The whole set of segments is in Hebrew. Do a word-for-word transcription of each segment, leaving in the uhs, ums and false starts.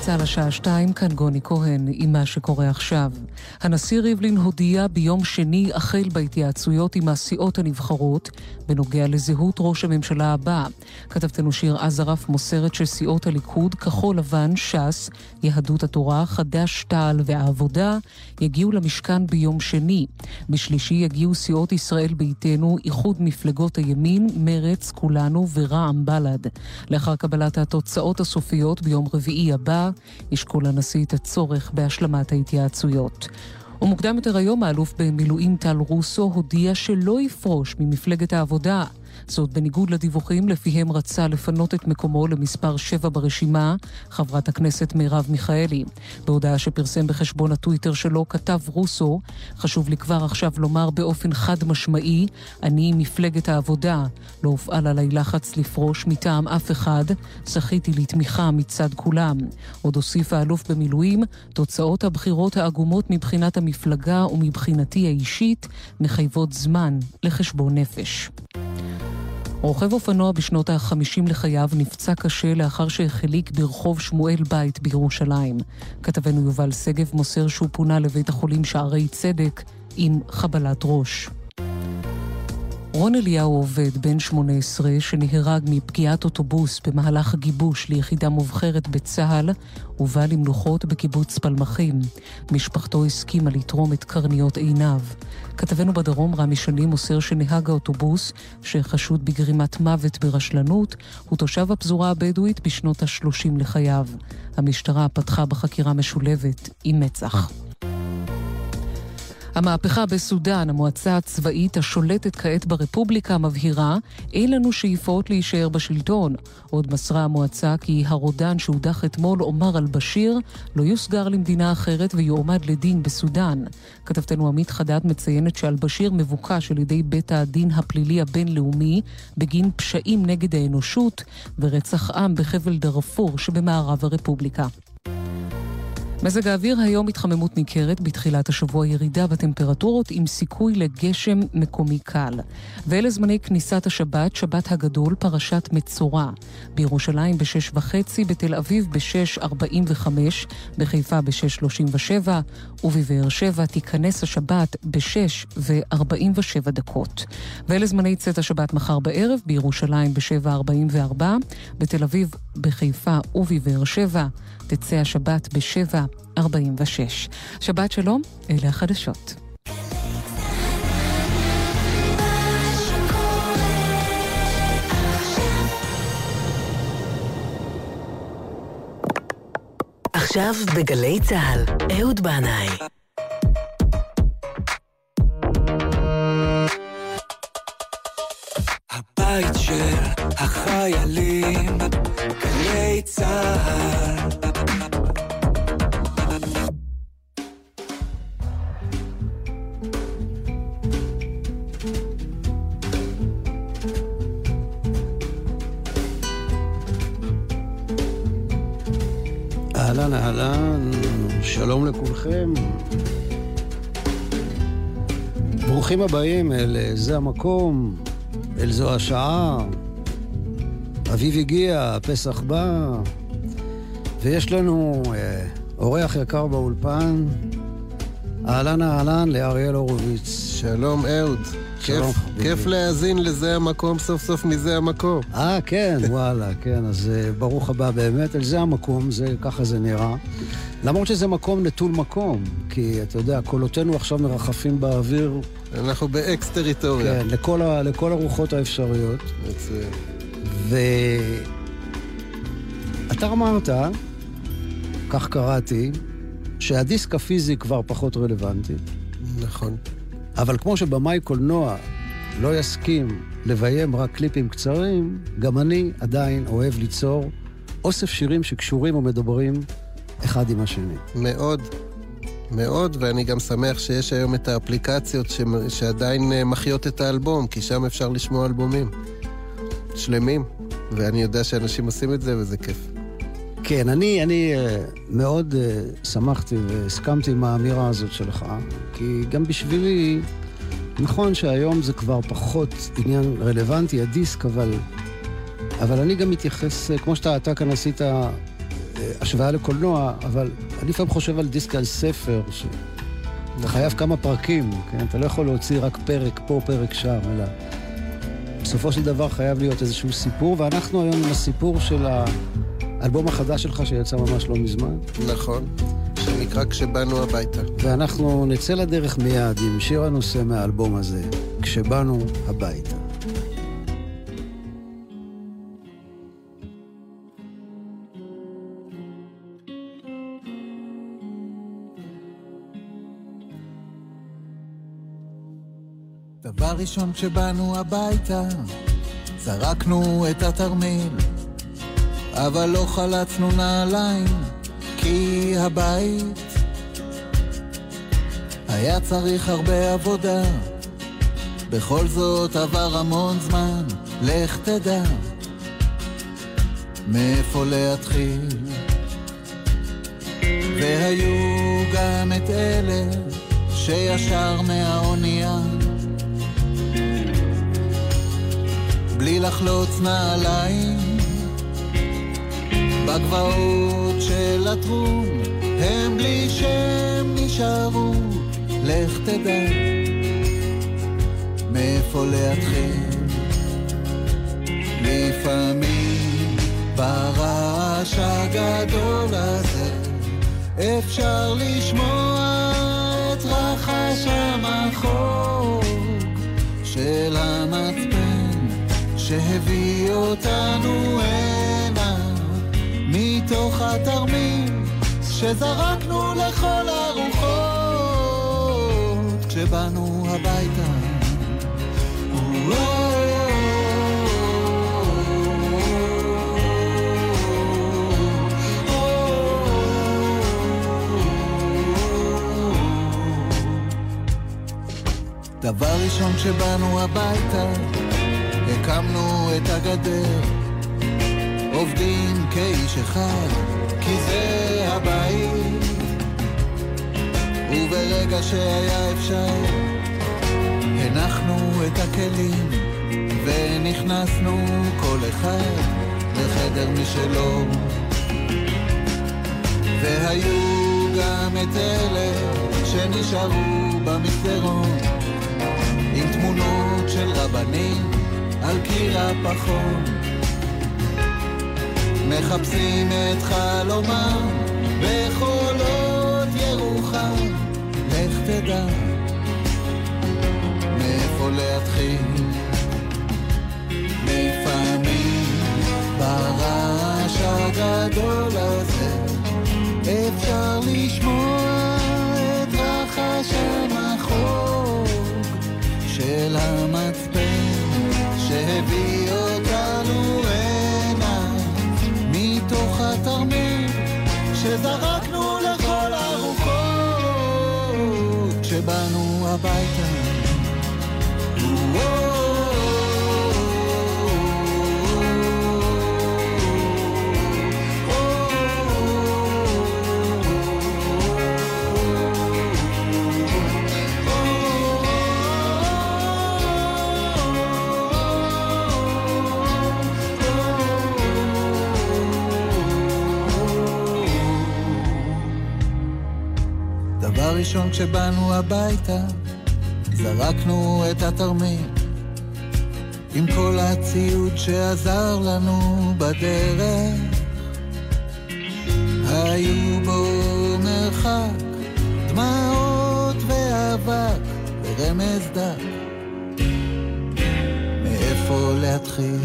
צהל השעה שתיים, כאן גוני כהן עם מה שקורה עכשיו. הנשיא ריבלין הודיע ביום שני החל בהתייעצויות עם הסיעות הנבחרות בנוגע לזהות ראש הממשלה הבא. כתבתנו שיר עזרף מוסרת שסיעות הליכוד, כחול לבן, ש"ס, יהדות התורה, חד"ש, תע"ל והעבודה יגיעו למשכן ביום שני. בשלישי יגיעו סיעות ישראל ביתנו, איחוד מפלגות הימין, מרץ, כולנו ורע"מ בל"ד. לאחר קבלת התוצאות הסופיות ביום רביעי הבא, ישקול הנשיא את הצורך בהשלמת ההתייעצויות. ומוקדם יותר היום, האלוף במילואים טל רוסו הודיע שלא יפרוש ממפלגת העבודה. זאת בניגוד לדיווחים לפיהם רצה לפנות את מקומו למספר שבע ברשימה, חברת הכנסת מירב מיכאלי. בהודעה שפרסם בחשבון הטוויטר שלו כתב רוסו, חשוב לי כבר עכשיו לומר באופן חד משמעי, אני מפלגת העבודה. לא הופעל עליי לחץ לפרוש מטעם אף אחד, זכיתי לתמיכה מצד כולם. עוד הוסיף האלוף במילואים, תוצאות הבחירות העגומות מבחינת המפלגה ומבחינתי האישית מחייבות זמן לחשבון נפש. רוכב אופנוע בשנות ה-חמישים לחייו נפצע קשה לאחר שהחליק ברחוב שמואל בית בירושלים. כתבנו יובל סגב מוסר שהוא פונה לבית החולים שערי צדק עם חבלת ראש. רון אליהו עובד בן שמונה עשרה שנהרג מפגיעת אוטובוס במהלך גיבוש ליחידה מובחרת בצהל ובא למנוחות בקיבוץ פלמחים. משפחתו הסכימה לתרום את קרניות עיניו. כתבנו בדרום רמי שני מוסר שנהג האוטובוס שחשוד בגרימת מוות ברשלנות הוא תושב הפזורה הבדואית בשנות ה-שלושים לחייו. המשטרה פתחה בחקירה משולבת עם מצ"ח. המהפכה בסודן, המועצה הצבאית השולטת כעת ברפובליקה מבהירה, אין לנו שאיפות להישאר בשלטון. עוד מסרה המועצה כי הרודן שהודח אתמול עומר אל-בשיר לא יוסגר למדינה אחרת ויועמד לדין בסודן. כתבתנו עמית חדד מציינת שאל-בשיר מבוקש על ידי בית הדין הפלילי הבינלאומי בגין פשעים נגד האנושות ורצח עם בחבל דארפור שבמערב הרפובליקה. מזג האוויר היום התחממות ניכרת, בתחילת השבוע ירידה בטמפרטורות עם סיכוי לגשם מקומי קל. ואלה זמני כניסת השבת, שבת הגדול, פרשת מצורע. בירושלים בשש וחצי, בתל אביב בשש ארבעים וחמש, בחיפה בשש שלושים ושבע, ובבאר שבע תיכנס השבת בשש וארבעים ושבע דקות. ואלה זמני צאת השבת מחר בערב, בירושלים בשבע ארבעים וארבע, בתל אביב, בחיפה ובבאר שבע, תצא השבת בשבע ארבעים ושש. שבת שלום, אלה החדשות. עכשיו בגלי צהל, אהוד בנאי. הבית של החיילים, גלי צהל. אהלן, אהלן, שלום לכולכם. ברוכים הבאים אל זה המקום, אל זו השעה. אביב הגיע, פסח בא, ויש לנו אה, אורח יקר באולפן. אהלן, אהלן, לאריאל הורוביץ. שלום אהוד. כיף, כיף להאזין לזה המקום סוף סוף מזה המקום. אה, כן, וואלה, כן, אז ברוך הבא באמת, אל זה המקום, זה, ככה זה נראה. למרות שזה מקום נטול מקום, כי אתה יודע, קולותינו עכשיו מרחפים באוויר. אנחנו באקס טריטוריה. כן, לכל, ה, לכל הרוחות האפשריות. מצוין. ואתה אמרת, כך קראתי, שהדיסק הפיזי כבר פחות רלוונטי. נכון. אבל כמו שבמאי קולנוע לא יסכים לביים רק קליפים קצרים, גם אני עדיין אוהב ליצור אוסף שירים שקשורים ומדברים אחד עם השני. מאוד, מאוד, ואני גם שמח שיש היום את האפליקציות ש... שעדיין מחיות את האלבום, כי שם אפשר לשמוע אלבומים שלמים, ואני יודע שאנשים עושים את זה וזה כיף. כן, אני, אני מאוד שמחתי והסכמתי עם האמירה הזאת שלך, כי גם בשבילי, נכון שהיום זה כבר פחות עניין רלוונטי, הדיסק, אבל, אבל אני גם מתייחס, כמו שאתה אתה כאן עשית השוואה לקולנוע, אבל אני לפעמים חושב על דיסק על ספר, שאתה חייב כמה פרקים, כן? אתה לא יכול להוציא רק פרק פה, פרק שם, אלא בסופו של דבר חייב להיות איזשהו סיפור, ואנחנו היום עם הסיפור של האלבום החדש שלך שיצא ממש לא מזמן. נכון, שנקרא כשבאנו הביתה. ואנחנו נצא לדרך מיד עם שיר הנושא מהאלבום הזה, כשבאנו הביתה. דבר ראשון כשבאנו הביתה, זרקנו את התרמיל, אבל לא חלצנו נעליים, כי הבית היה צריך הרבה עבודה. בכל זאת עבר המון זמן, לך תדע מאיפה להתחיל. והיו גם את אלה שישר מהאונייה, בלי לחלוץ נעליים, בגבעות של הטרום, הם בלי שם נשארו, לך תדע מאיפה להתחיל. לפעמים ברעש הגדול הזה אפשר לשמוע את רחש המחוק של המצפן שהביא אותנו הנה מתוך התרמיל שזרקנו לכל הרוחות כשבאנו הביתה. דבר ראשון כשבאנו הביתה, הקמנו את הגדר, עובדים כאיש אחד, כי זה הבית. וברגע שהיה אפשר, הנחנו את הכלים, ונכנסנו כל אחד לחדר משלו. והיו גם את אלה שנשארו במסדרון, עם תמונות של רבנים על קיר הפחון, מחפשים את חלומם בחולות ירוחם. לך תדע מאיפה להתחיל. לפעמים ברעש הגדול הזה אפשר לשמוע את רחש המחוק של המצפן שהביא אותנו הנה מתוך התרמיל שזרקנו לכל הרוחות כשבאנו הביתה. דבר ראשון כשבאנו הביתה, זרקנו את התרמיל עם כל הציוד שעזר לנו בדרך. היו בו מרחק, דמעות ואבק ורמז דק. מאיפה להתחיל?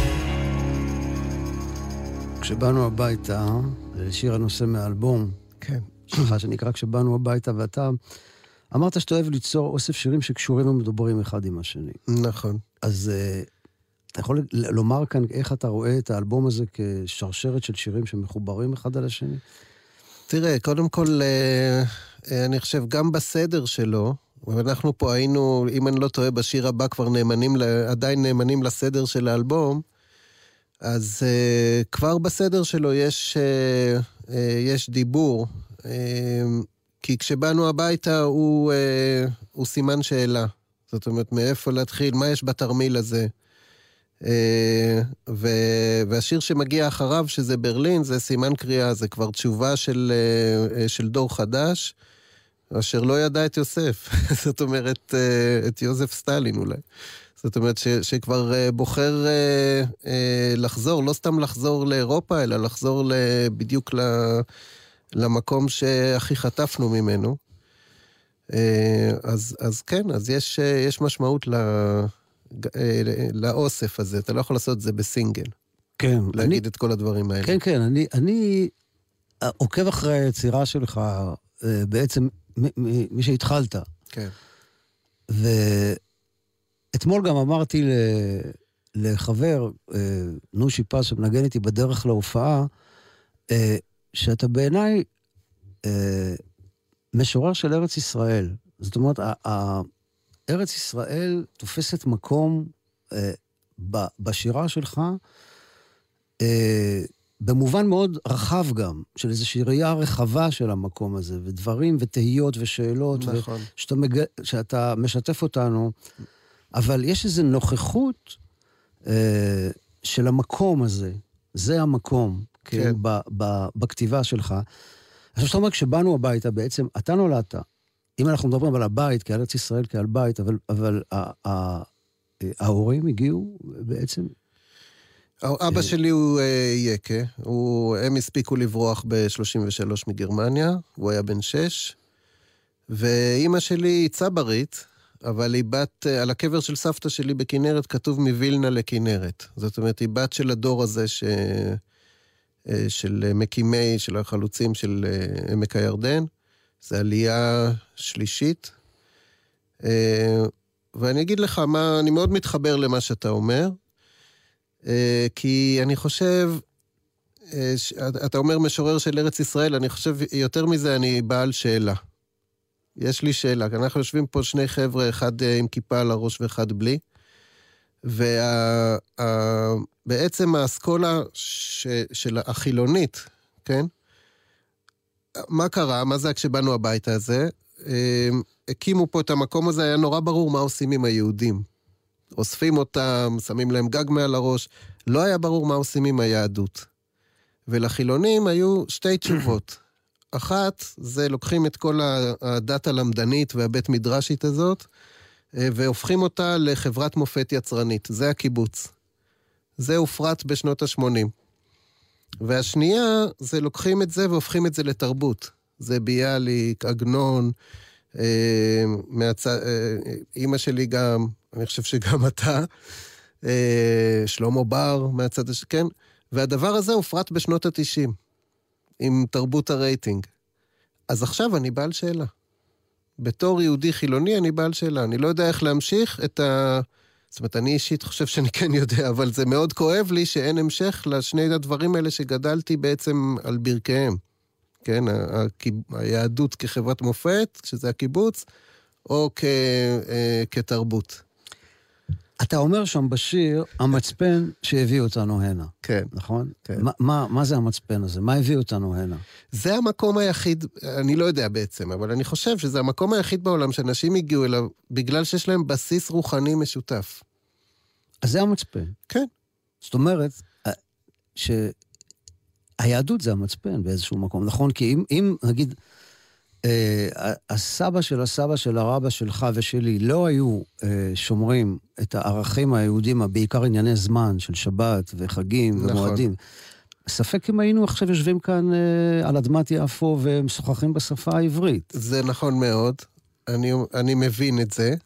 כשבאנו הביתה, שיר הנושא מהאלבום, כן. שלך שנקרא כשבאנו הביתה, ואתה אמרת שאתה אוהב ליצור אוסף שירים שקשורים ומדוברים אחד עם השני. נכון. אז uh, אתה יכול לומר כאן איך אתה רואה את האלבום הזה כשרשרת של שירים שמחוברים אחד על השני? תראה, קודם כל, אני חושב גם בסדר שלו, ואנחנו פה היינו, אם אני לא טועה, בשיר הבא כבר נאמנים, עדיין נאמנים לסדר של האלבום, אז uh, כבר בסדר שלו יש, uh, uh, יש דיבור, uh, כי כשבאנו הביתה הוא, uh, הוא סימן שאלה. זאת אומרת, מאיפה להתחיל, מה יש בתרמיל הזה? והשיר שמגיע אחריו, שזה ברלין, זה סימן קריאה, זה כבר תשובה של, של דור חדש, אשר לא ידע את יוסף. זאת אומרת, את יוזף סטלין אולי. זאת אומרת ש, שכבר בוחר לחזור, לא סתם לחזור לאירופה, אלא לחזור בדיוק למקום שהכי חטפנו ממנו. אז, אז כן, אז יש, יש משמעות ל... לאוסף הזה, אתה לא יכול לעשות את זה בסינגל. כן. להגיד אני, את כל הדברים האלה. כן, כן, אני, אני עוקב אחרי היצירה שלך, בעצם מי שהתחלת. כן. ואתמול גם אמרתי לחבר, נושי פס, שמנגן איתי בדרך להופעה, שאתה בעיניי משורר של ארץ ישראל. זאת אומרת, ארץ ישראל תופסת מקום אה, ב, בשירה שלך, אה, במובן מאוד רחב גם, של איזושהי ראייה רחבה של המקום הזה, ודברים ותהיות ושאלות, נכון. ושאתה מג... שאתה משתף אותנו, אבל יש איזו נוכחות אה, של המקום הזה, זה המקום, כן, כן ב, ב, בכתיבה שלך. עכשיו שאתה אומר, כשבאנו הביתה בעצם, אתה נולדת, אם אנחנו מדברים על הבית, כעל ארץ ישראל, כעל בית, אבל, אבל ההורים הגיעו בעצם... אבא שלי הוא יקה, הם הספיקו לברוח ב-שלושים ושלוש מגרמניה, הוא היה בן שש, ואימא שלי היא צברית, אבל היא בת, על הקבר של סבתא שלי בכנרת כתוב מווילנה לכנרת. זאת אומרת, היא בת של הדור הזה ש... של מקימי, של החלוצים של עמק הירדן, זה עלייה שלישית, ואני אגיד לך מה, אני מאוד מתחבר למה שאתה אומר, כי אני חושב, אתה אומר משורר של ארץ ישראל, אני חושב יותר מזה אני בעל שאלה. יש לי שאלה, כי אנחנו יושבים פה שני חבר'ה, אחד עם כיפה על הראש ואחד בלי, ובעצם האסכולה של החילונית, כן? מה קרה? מה זה כשבאנו הביתה הזה? הקימו פה את המקום הזה, היה נורא ברור מה עושים עם היהודים. אוספים אותם, שמים להם גג מעל הראש, לא היה ברור מה עושים עם היהדות. ולחילונים היו שתי תשובות. אחת, זה לוקחים את כל הדת הלמדנית והבית מדרשית הזאת, והופכים אותה לחברת מופת יצרנית. זה הקיבוץ. זה הופרט בשנות ה-שמונים. והשנייה, זה לוקחים את זה והופכים את זה לתרבות. זה ביאליק, עגנון, אה, מהצ... אה, אמא שלי גם, אני חושב שגם אתה, אה, שלמה בר מהצד השני, כן? והדבר הזה הופרט בשנות ה-תשעים, עם תרבות הרייטינג. אז עכשיו אני בעל שאלה. בתור יהודי חילוני אני בעל שאלה. אני לא יודע איך להמשיך את ה... זאת אומרת, אני אישית חושב שאני כן יודע, אבל זה מאוד כואב לי שאין המשך לשני הדברים האלה שגדלתי בעצם על ברכיהם. כן, היהדות כחברת מופת, שזה הקיבוץ, או כ, כתרבות. אתה אומר שם בשיר, המצפן שהביא אותנו הנה. כן. נכון? כן. מה, מה, מה זה המצפן הזה? מה הביא אותנו הנה? זה המקום היחיד, אני לא יודע בעצם, אבל אני חושב שזה המקום היחיד בעולם שאנשים הגיעו אליו, בגלל שיש להם בסיס רוחני משותף. אז זה המצפן. כן. זאת אומרת, שהיהדות זה המצפן באיזשהו מקום, נכון? כי אם, אם נגיד, אה, הסבא של הסבא של הרבא שלך ושלי לא היו אה, שומרים את הערכים היהודים, בעיקר ענייני זמן של שבת וחגים נכון. ומועדים, ספק אם היינו עכשיו יושבים כאן אה, על אדמת יפו ומשוחחים בשפה העברית. זה נכון מאוד, אני, אני מבין את זה,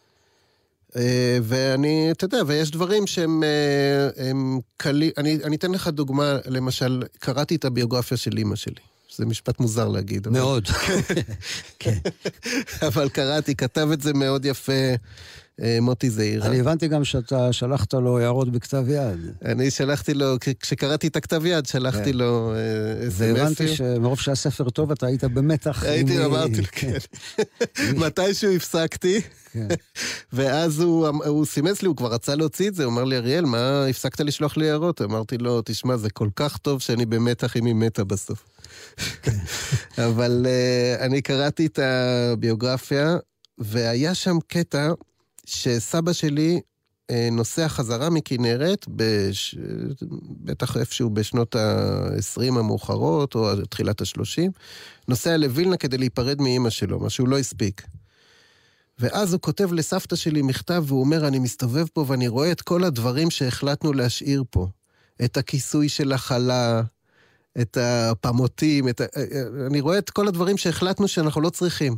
ואני, אתה יודע, ויש דברים שהם הם קלים, אני, אני אתן לך דוגמה, למשל, קראתי את הביוגרפיה של אמא שלי, זה משפט מוזר להגיד. מאוד. כן. אבל קראתי, כתב את זה מאוד יפה, מוטי זעירה. אני הבנתי גם שאתה שלחת לו הערות בכתב יד. אני שלחתי לו, כשקראתי את הכתב יד, שלחתי לו אס-אמסים. והבנתי שמרוב שהספר טוב, אתה היית במתח. הייתי, אמרתי, כן. מתישהו הפסקתי, ואז הוא סימס לי, הוא כבר רצה להוציא את זה, הוא אמר לי, אריאל, מה הפסקת לשלוח לי הערות? אמרתי לו, תשמע, זה כל כך טוב שאני במתח אם היא מתה בסוף. אבל אני קראתי את הביוגרפיה, והיה שם קטע שסבא שלי נוסע חזרה מכנרת, בש... בטח איפשהו בשנות ה-עשרים המאוחרות, או תחילת ה-שלושים, נוסע לווילנה כדי להיפרד מאמא שלו, מה שהוא לא הספיק. ואז הוא כותב לסבתא שלי מכתב, והוא אומר, אני מסתובב פה ואני רואה את כל הדברים שהחלטנו להשאיר פה. את הכיסוי של החלה, את הפמותים, את ה... אני רואה את כל הדברים שהחלטנו שאנחנו לא צריכים.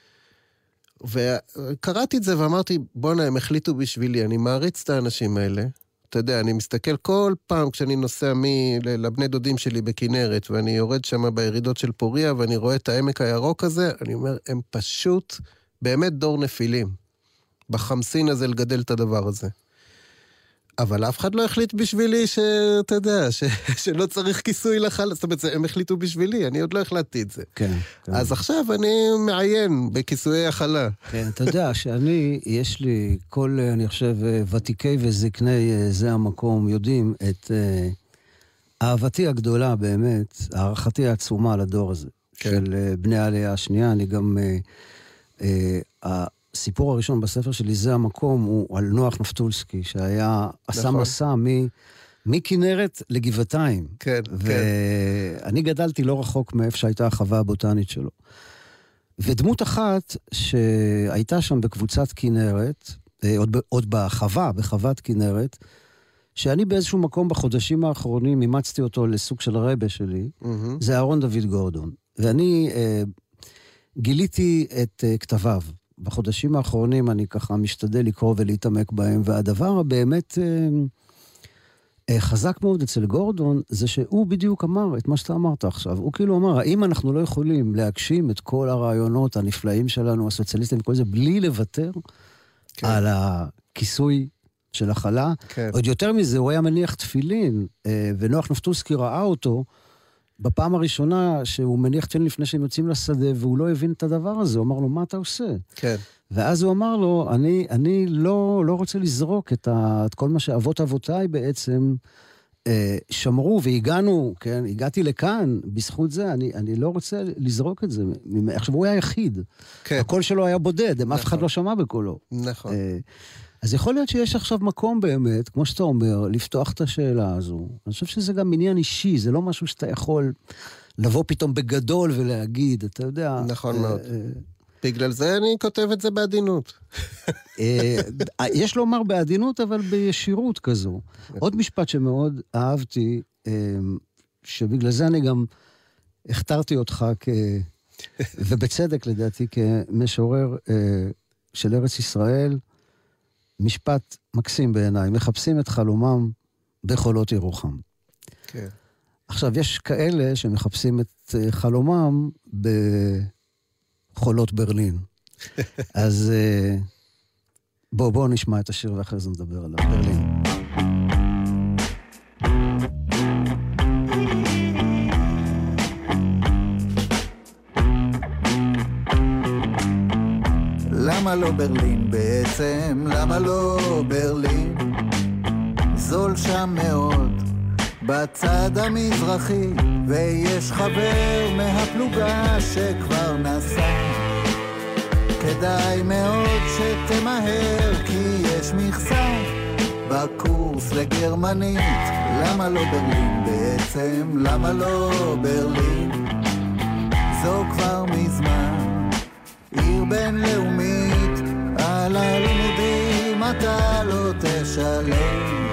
וקראתי את זה ואמרתי, בונה, הם החליטו בשבילי, אני מעריץ את האנשים האלה. אתה יודע, אני מסתכל כל פעם כשאני נוסע מ... לבני דודים שלי בכנרת, ואני יורד שם בירידות של פוריה, ואני רואה את העמק הירוק הזה, אני אומר, הם פשוט באמת דור נפילים. בחמסין הזה לגדל את הדבר הזה. אבל אף אחד לא החליט בשבילי שאתה יודע, ש... שלא צריך כיסוי לחל... זאת אומרת, הם החליטו בשבילי, אני עוד לא החלטתי את זה. כן. כן. אז עכשיו אני מעיין בכיסויי החלה. כן, אתה יודע שאני, יש לי כל, אני חושב, ותיקי וזקני זה המקום, יודעים את אהבתי הגדולה באמת, הערכתי העצומה לדור הזה, כן. של בני העלייה השנייה. אני גם... הסיפור הראשון בספר שלי, זה המקום, הוא על נוח נפטולסקי, שהיה, עשה מסע מכנרת לגבעתיים. כן, כן. ואני גדלתי לא רחוק מאיפה שהייתה החווה הבוטנית שלו. ודמות אחת שהייתה שם בקבוצת כנרת, עוד, עוד בחווה, בחוות כנרת, שאני באיזשהו מקום בחודשים האחרונים אימצתי אותו לסוג של רבא שלי, mm-hmm. זה אהרון דוד גורדון. ואני אה, גיליתי את אה, כתביו. בחודשים האחרונים אני ככה משתדל לקרוא ולהתעמק בהם, והדבר הבאמת אה, אה, חזק מאוד אצל גורדון, זה שהוא בדיוק אמר את מה שאתה אמרת עכשיו. הוא כאילו אמר, האם אנחנו לא יכולים להגשים את כל הרעיונות הנפלאים שלנו, הסוציאליסטים וכל זה, בלי לוותר כן. על הכיסוי של החלה? כן. עוד יותר מזה, הוא היה מניח תפילין, אה, ונוח נפטולסקי ראה אותו, בפעם הראשונה שהוא מניח תפילין לפני שהם יוצאים לשדה, והוא לא הבין את הדבר הזה, הוא אמר לו, מה אתה עושה? כן. ואז הוא אמר לו, אני, אני לא, לא רוצה לזרוק את, ה, את כל מה שאבות אבותיי בעצם אה, שמרו, והגענו, כן, הגעתי לכאן, בזכות זה, אני, אני לא רוצה לזרוק את זה. עכשיו, הוא היה יחיד. כן. הקול שלו היה בודד, נכון. אף אחד לא שמע בקולו. נכון. אה, אז יכול להיות שיש עכשיו מקום באמת, כמו שאתה אומר, לפתוח את השאלה הזו. אני חושב שזה גם עניין אישי, זה לא משהו שאתה יכול לבוא פתאום בגדול ולהגיד, אתה יודע. נכון מאוד. בגלל זה אני כותב את זה בעדינות. יש לומר בעדינות, אבל בישירות כזו. עוד משפט שמאוד אהבתי, שבגלל זה אני גם הכתרתי אותך, ובצדק לדעתי, כמשורר של ארץ ישראל, משפט מקסים בעיניי, מחפשים את חלומם בחולות ירוחם. כן. עכשיו, יש כאלה שמחפשים את חלומם בחולות ברלין. אז בואו בוא נשמע את השיר ואחרי זה נדבר עליו. ברלין. למה לא ברלין בעצם? למה לא ברלין? זול שם מאוד בצד המזרחי, ויש חבר מהפלוגה שכבר נסע. כדאי מאוד שתמהר, כי יש מכסה בקורס לגרמנית. למה לא ברלין בעצם? למה לא ברלין? זו כבר מזמן עיר בינלאומית, על הלימודים אתה לא תשלם,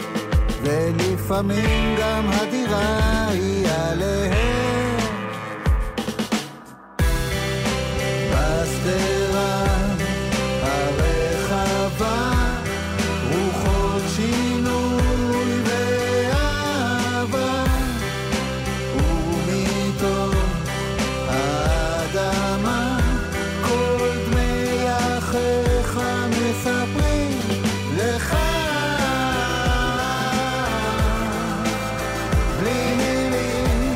ולפעמים גם הדירה היא עליהם. בסדרה הרחבה רוחות שינוי ואהבה, ומתוך האדמה אחיך מספרים לך בלי מילים.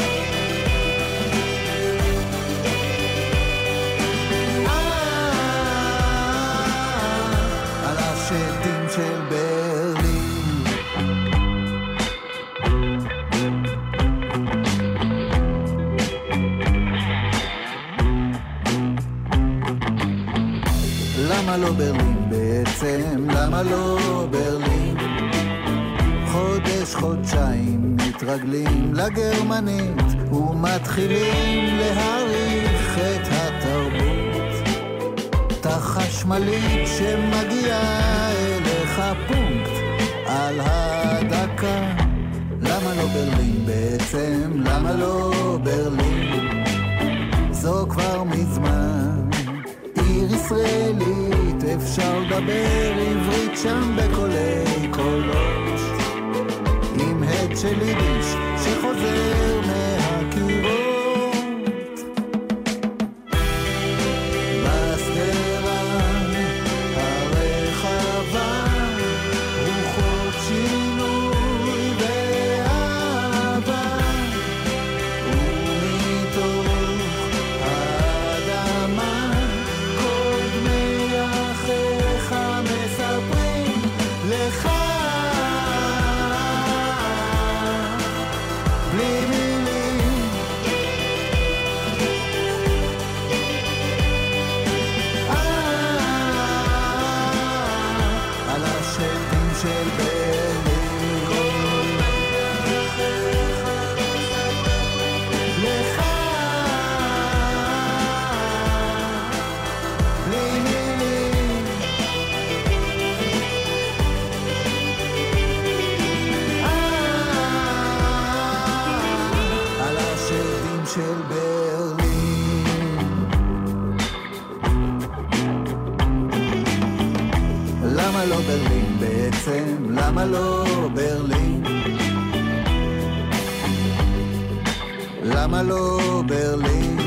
על השלטים של ברלין. למה לא ברלין בעצם? בעצם, למה לא ברלין? חודש, חודשיים מתרגלים לגרמנית ומתחילים להעריך את התרבות. החשמלית שמגיעה אליך פונקט על הדקה. למה לא ברלין בעצם? למה לא ברלין? זו כבר מזמן עיר ישראלית, אפשר לדבר עברית שם בקולי קולות, עם הד של יידיש שחוזר מהקירות. למה לא ברלין? למה לא ברלין?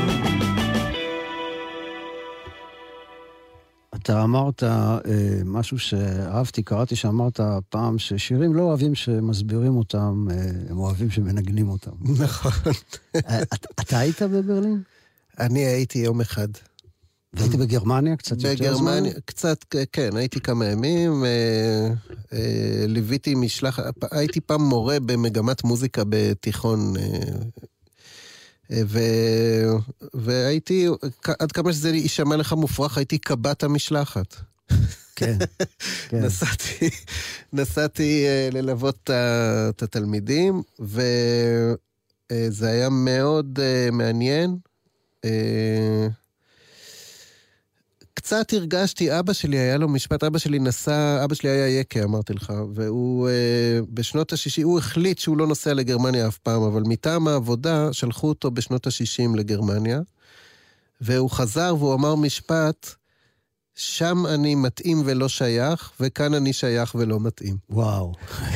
אתה אמרת אה, משהו שאהבתי, קראתי שאמרת פעם ששירים לא אוהבים שמסבירים אותם, אה, הם אוהבים שמנגנים אותם. נכון. אתה, אתה היית בברלין? אני הייתי יום אחד. והייתי בגרמניה קצת יותר זמן? בגרמניה, קצת, כן, הייתי כמה ימים, אה, אה, ליוויתי משלח, הייתי פעם מורה במגמת מוזיקה בתיכון, אה, אה, ו, והייתי, עד כמה שזה יישמע לך מופרך, הייתי קב"ט המשלחת. כן, כן. נסעתי, נסעתי אה, ללוות את התלמידים, וזה היה מאוד אה, מעניין, אה, קצת הרגשתי, אבא שלי היה לו משפט, אבא שלי נסע, אבא שלי היה יקה, אמרתי לך, והוא אה, בשנות ה-שישים, הוא החליט שהוא לא נוסע לגרמניה אף פעם, אבל מטעם העבודה שלחו אותו בשנות ה-שישים לגרמניה, והוא חזר והוא אמר משפט, שם אני מתאים ולא שייך, וכאן אני שייך ולא מתאים. וואו.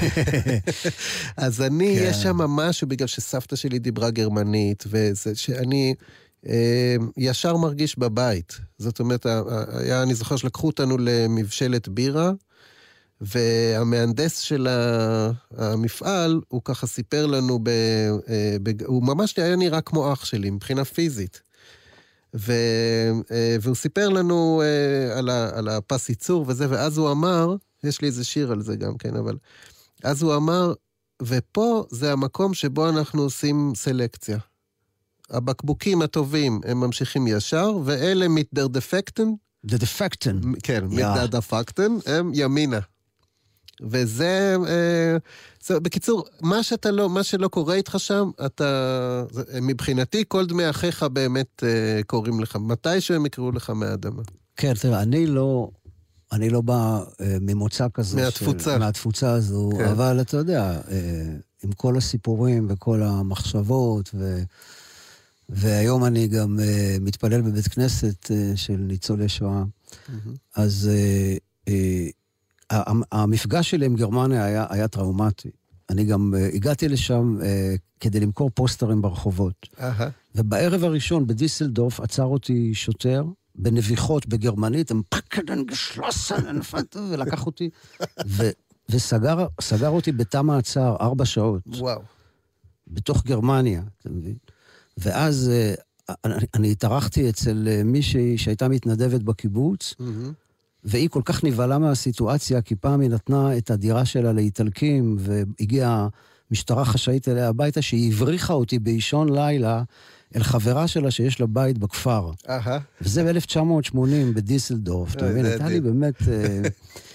אז אני, כן. יש שם משהו, בגלל שסבתא שלי דיברה גרמנית, וזה שאני... ישר מרגיש בבית. זאת אומרת, היה, אני זוכר שלקחו אותנו למבשלת בירה, והמהנדס של המפעל, הוא ככה סיפר לנו, ב, ב, הוא ממש היה נראה כמו אח שלי, מבחינה פיזית. ו, והוא סיפר לנו על, ה, על הפס ייצור וזה, ואז הוא אמר, יש לי איזה שיר על זה גם כן, אבל אז הוא אמר, ופה זה המקום שבו אנחנו עושים סלקציה. הבקבוקים הטובים הם ממשיכים ישר, ואלה מתדר דפקטן. דה דפקטן. כן, מתדר דפקטן, הם ימינה. וזה, אה, זה, בקיצור, מה שאתה לא, מה שלא קורה איתך שם, אתה, מבחינתי, כל דמי אחיך באמת אה, קוראים לך, מתי שהם יקראו לך מהאדמה. כן, תראה, אני לא, אני לא בא אה, ממוצא כזה. מהתפוצה. של, מהתפוצה הזו, כן. אבל אתה יודע, אה, עם כל הסיפורים וכל המחשבות ו... והיום אני גם uh, מתפלל בבית כנסת uh, של ניצולי שואה. Mm-hmm. אז uh, uh, המפגש שלי עם גרמניה היה, היה טראומטי. אני גם uh, הגעתי לשם uh, כדי למכור פוסטרים ברחובות. Uh-huh. ובערב הראשון בדיסלדורף עצר אותי שוטר, בנביחות בגרמנית, הם פקדן גשלוסן, ולקח אותי, ו, וסגר סגר אותי בתא מעצר ארבע שעות. וואו. בתוך גרמניה, אתה מבין? ואז אני התארחתי אצל מישהי שהייתה מתנדבת בקיבוץ, mm-hmm. והיא כל כך נבהלה מהסיטואציה, כי פעם היא נתנה את הדירה שלה לאיטלקים, והגיעה משטרה חשאית אליה הביתה, שהיא הבריחה אותי באישון לילה, אל חברה שלה שיש לה בית בכפר. Uh-huh. וזה ב-אלף תשע מאות שמונים בדיסלדורף, אתה מבין? הייתה לי באמת...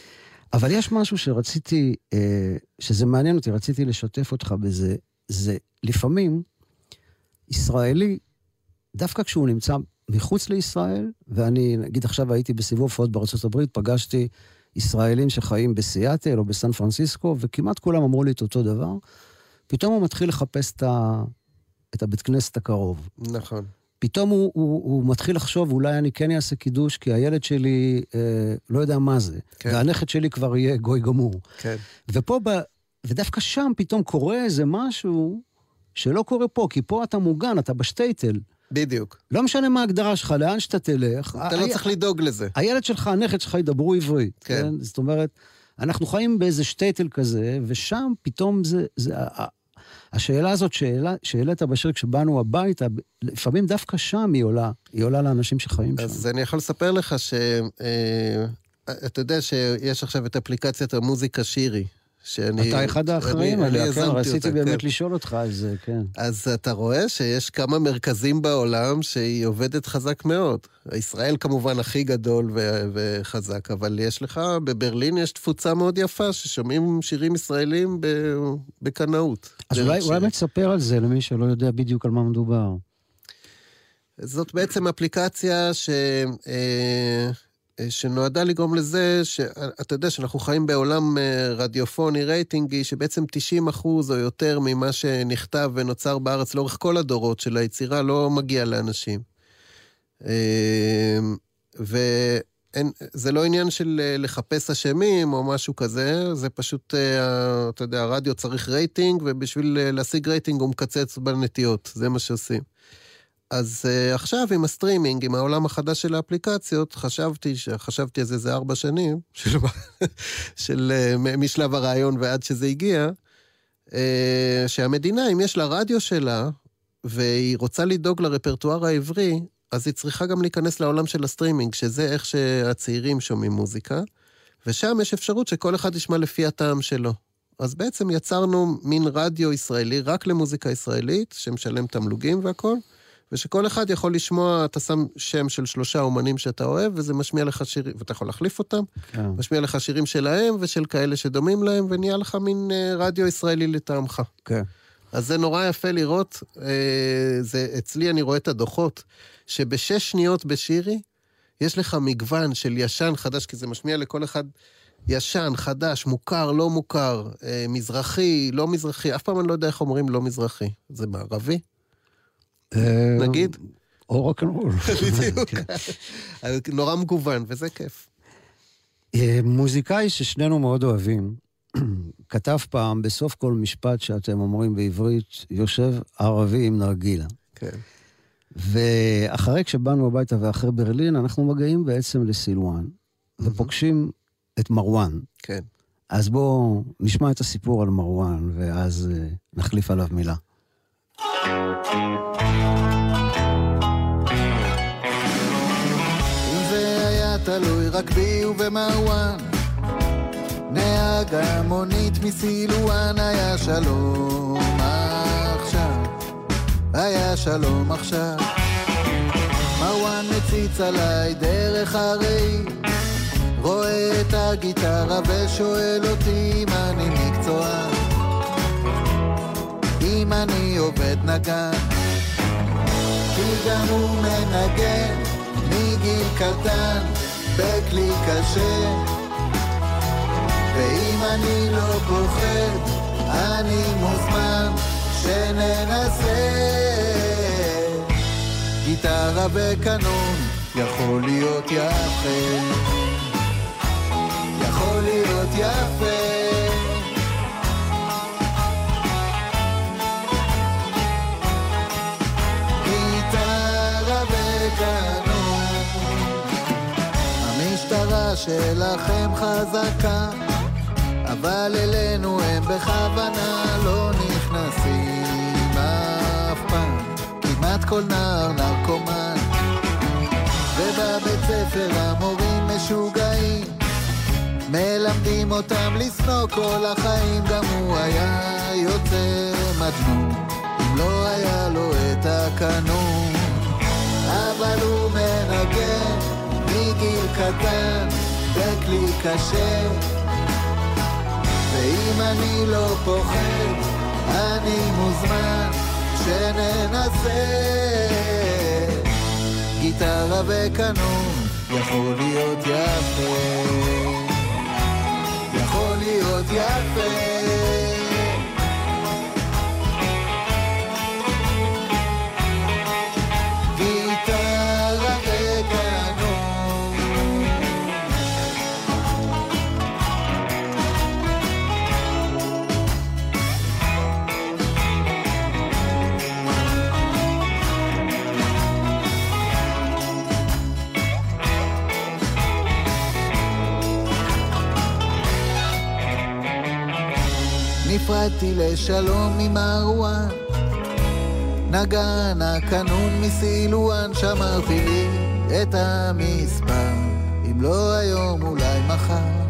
אבל יש משהו שרציתי, שזה מעניין אותי, רציתי לשתף אותך בזה, זה לפעמים ישראלי, דווקא כשהוא נמצא מחוץ לישראל, ואני נגיד עכשיו הייתי בסיבוב הופעות בארצות הברית, פגשתי ישראלים שחיים בסיאטל או בסן פרנסיסקו, וכמעט כולם אמרו לי את אותו דבר, פתאום הוא מתחיל לחפש את, ה... את הבית כנסת הקרוב. נכון. פתאום הוא, הוא, הוא מתחיל לחשוב, אולי אני כן אעשה קידוש, כי הילד שלי אה, לא יודע מה זה, כן. והנכד שלי כבר יהיה גוי גמור. כן. ופה, ב... ודווקא שם פתאום קורה איזה משהו שלא קורה פה, כי פה אתה מוגן, אתה בשטייטל. בדיוק. לא משנה מה ההגדרה שלך, לאן שאתה תלך. אתה לא צריך לדאוג לזה. הילד שלך, הנכד שלך ידברו עברית. כן. כן? זאת אומרת, אנחנו חיים באיזה שטייטל כזה, ושם פתאום זה... זה השאלה הזאת שאלת בשיר כשבאנו הביתה, לפעמים דווקא שם היא עולה, היא עולה לאנשים שחיים שם. אז אני יכול לספר לך ש... אתה יודע שיש עכשיו את אפליקציית המוזיקה שירי. אתה אחד האחראים עליה, כן, רציתי באמת לשאול אותך על זה, כן. אז אתה רואה שיש כמה מרכזים בעולם שהיא עובדת חזק מאוד. ישראל כמובן הכי גדול וחזק, אבל יש לך, בברלין יש תפוצה מאוד יפה, ששומעים שירים ישראלים בקנאות. אז אולי באמת ספר על זה למי שלא יודע בדיוק על מה מדובר. זאת בעצם אפליקציה ש... שנועדה לגרום לזה, שאתה יודע שאנחנו חיים בעולם רדיופוני, רייטינגי, שבעצם תשעים אחוז או יותר ממה שנכתב ונוצר בארץ לאורך כל הדורות של היצירה לא מגיע לאנשים. וזה לא עניין של לחפש אשמים או משהו כזה, זה פשוט, אתה יודע, הרדיו צריך רייטינג, ובשביל להשיג רייטינג הוא מקצץ בנטיות, זה מה שעושים. אז uh, עכשיו עם הסטרימינג, עם העולם החדש של האפליקציות, חשבתי, חשבתי על זה זה ארבע שנים, של, של, uh, משלב הרעיון ועד שזה הגיע, uh, שהמדינה, אם יש לה רדיו שלה, והיא רוצה לדאוג לרפרטואר העברי, אז היא צריכה גם להיכנס לעולם של הסטרימינג, שזה איך שהצעירים שומעים מוזיקה, ושם יש אפשרות שכל אחד ישמע לפי הטעם שלו. אז בעצם יצרנו מין רדיו ישראלי, רק למוזיקה ישראלית, שמשלם תמלוגים והכל, ושכל אחד יכול לשמוע, אתה שם שם של שלושה אומנים שאתה אוהב, וזה משמיע לך שירים, ואתה יכול להחליף אותם, כן. משמיע לך שירים שלהם, ושל כאלה שדומים להם, ונהיה לך מין רדיו ישראלי לטעמך. כן. אז זה נורא יפה לראות, זה, אצלי אני רואה את הדוחות, שבשש שניות בשירי, יש לך מגוון של ישן חדש, כי זה משמיע לכל אחד ישן, חדש, מוכר, לא מוכר, מזרחי, לא מזרחי, אף פעם אני לא יודע איך אומרים לא מזרחי. זה מערבי? נגיד? או רוק אנד רול. בדיוק. נורא מגוון, וזה כיף. מוזיקאי ששנינו מאוד אוהבים, כתב פעם בסוף כל משפט שאתם אומרים בעברית, יושב ערבי עם נרגילה. כן. ואחרי כשבאנו הביתה ואחרי ברלין, אנחנו מגיעים בעצם לסילואן, ופוגשים את מרואן. כן. אז בואו נשמע את הסיפור על מרואן, ואז נחליף עליו מילה. אם זה היה תלוי רק בי ובמרואן, נהג המונית מסילואן, היה שלום עכשיו, היה שלום עכשיו. מרואן מציץ עליי דרך הראי, רואה את הגיטרה ושואל אותי אם אני מקצוען, אם אני עובד נגן, כי גם הוא מנגן מגיל קטן בכלי קשה, ואם אני לא פוחד אני מוזמן שננסה. גיטרה וקנון יכול להיות יפה, יכול להיות יפה. גיטרה וקנון, המשטרה שלכם חזקה, אבל אלינו הם בכוונה לא נכנסים אף פעם. כמעט כל נער נרקומן, ובבית ספר המורים משוגעים, מלמדים אותם לשנוא כל החיים. גם הוא היה יוצא מג'נון אם לא היה לו את הקנון, אבל הוא מנגן מגיל קטן בכלי קשה, ואם אני לא פוחד, אני מוזמן שננסה. גיטרה וקנון, יכול להיות יפה, יכול להיות יפה. גיטרה וקנון. נפרדתי לשלום ממרואן, נגן הקנון מסילואן, שמרתי לי את המספר, אם לא היום אולי מחר.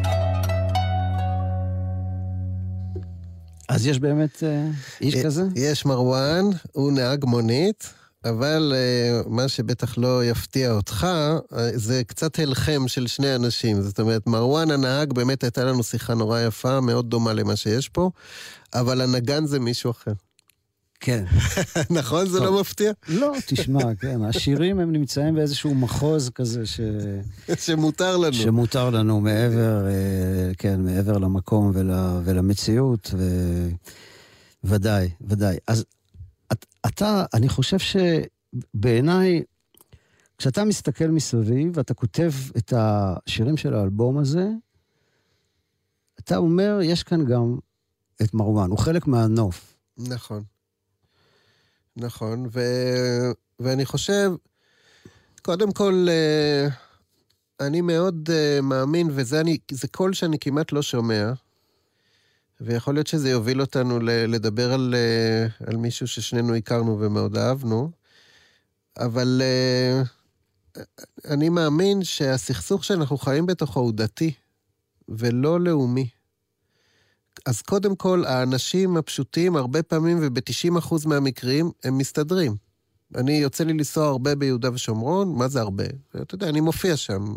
אז יש באמת איש כזה? יש מרואן, הוא נהג מונית, אבל uh, מה שבטח לא יפתיע אותך, uh, זה קצת הלחם של שני אנשים. זאת אומרת, מרואן הנהג, באמת הייתה לנו שיחה נורא יפה, מאוד דומה למה שיש פה, אבל הנגן זה מישהו אחר. כן. נכון? זה לא מפתיע? לא, תשמע, כן. השירים הם נמצאים באיזשהו מחוז כזה ש... שמותר לנו. שמותר לנו מעבר, כן, מעבר למקום ול... ולמציאות, וודאי, ודאי. אז אתה, אני חושב שבעיניי, כשאתה מסתכל מסביב, ואתה כותב את השירים של האלבום הזה, אתה אומר, יש כאן גם את מרואן, הוא חלק מהנוף. נכון. נכון, ו... ואני חושב, קודם כל, אני מאוד מאמין, וזה אני, זה קול שאני כמעט לא שומע, ויכול להיות שזה יוביל אותנו לדבר על, על מישהו ששנינו הכרנו ומאוד אהבנו, אבל אני מאמין שהסכסוך שאנחנו חיים בתוכו הוא דתי, ולא לאומי. אז קודם כל, האנשים הפשוטים, הרבה פעמים וב-תשעים אחוז מהמקרים, הם מסתדרים. אני יוצא לי לנסוע הרבה ביהודה ושומרון, מה זה הרבה? אתה יודע, אני מופיע שם.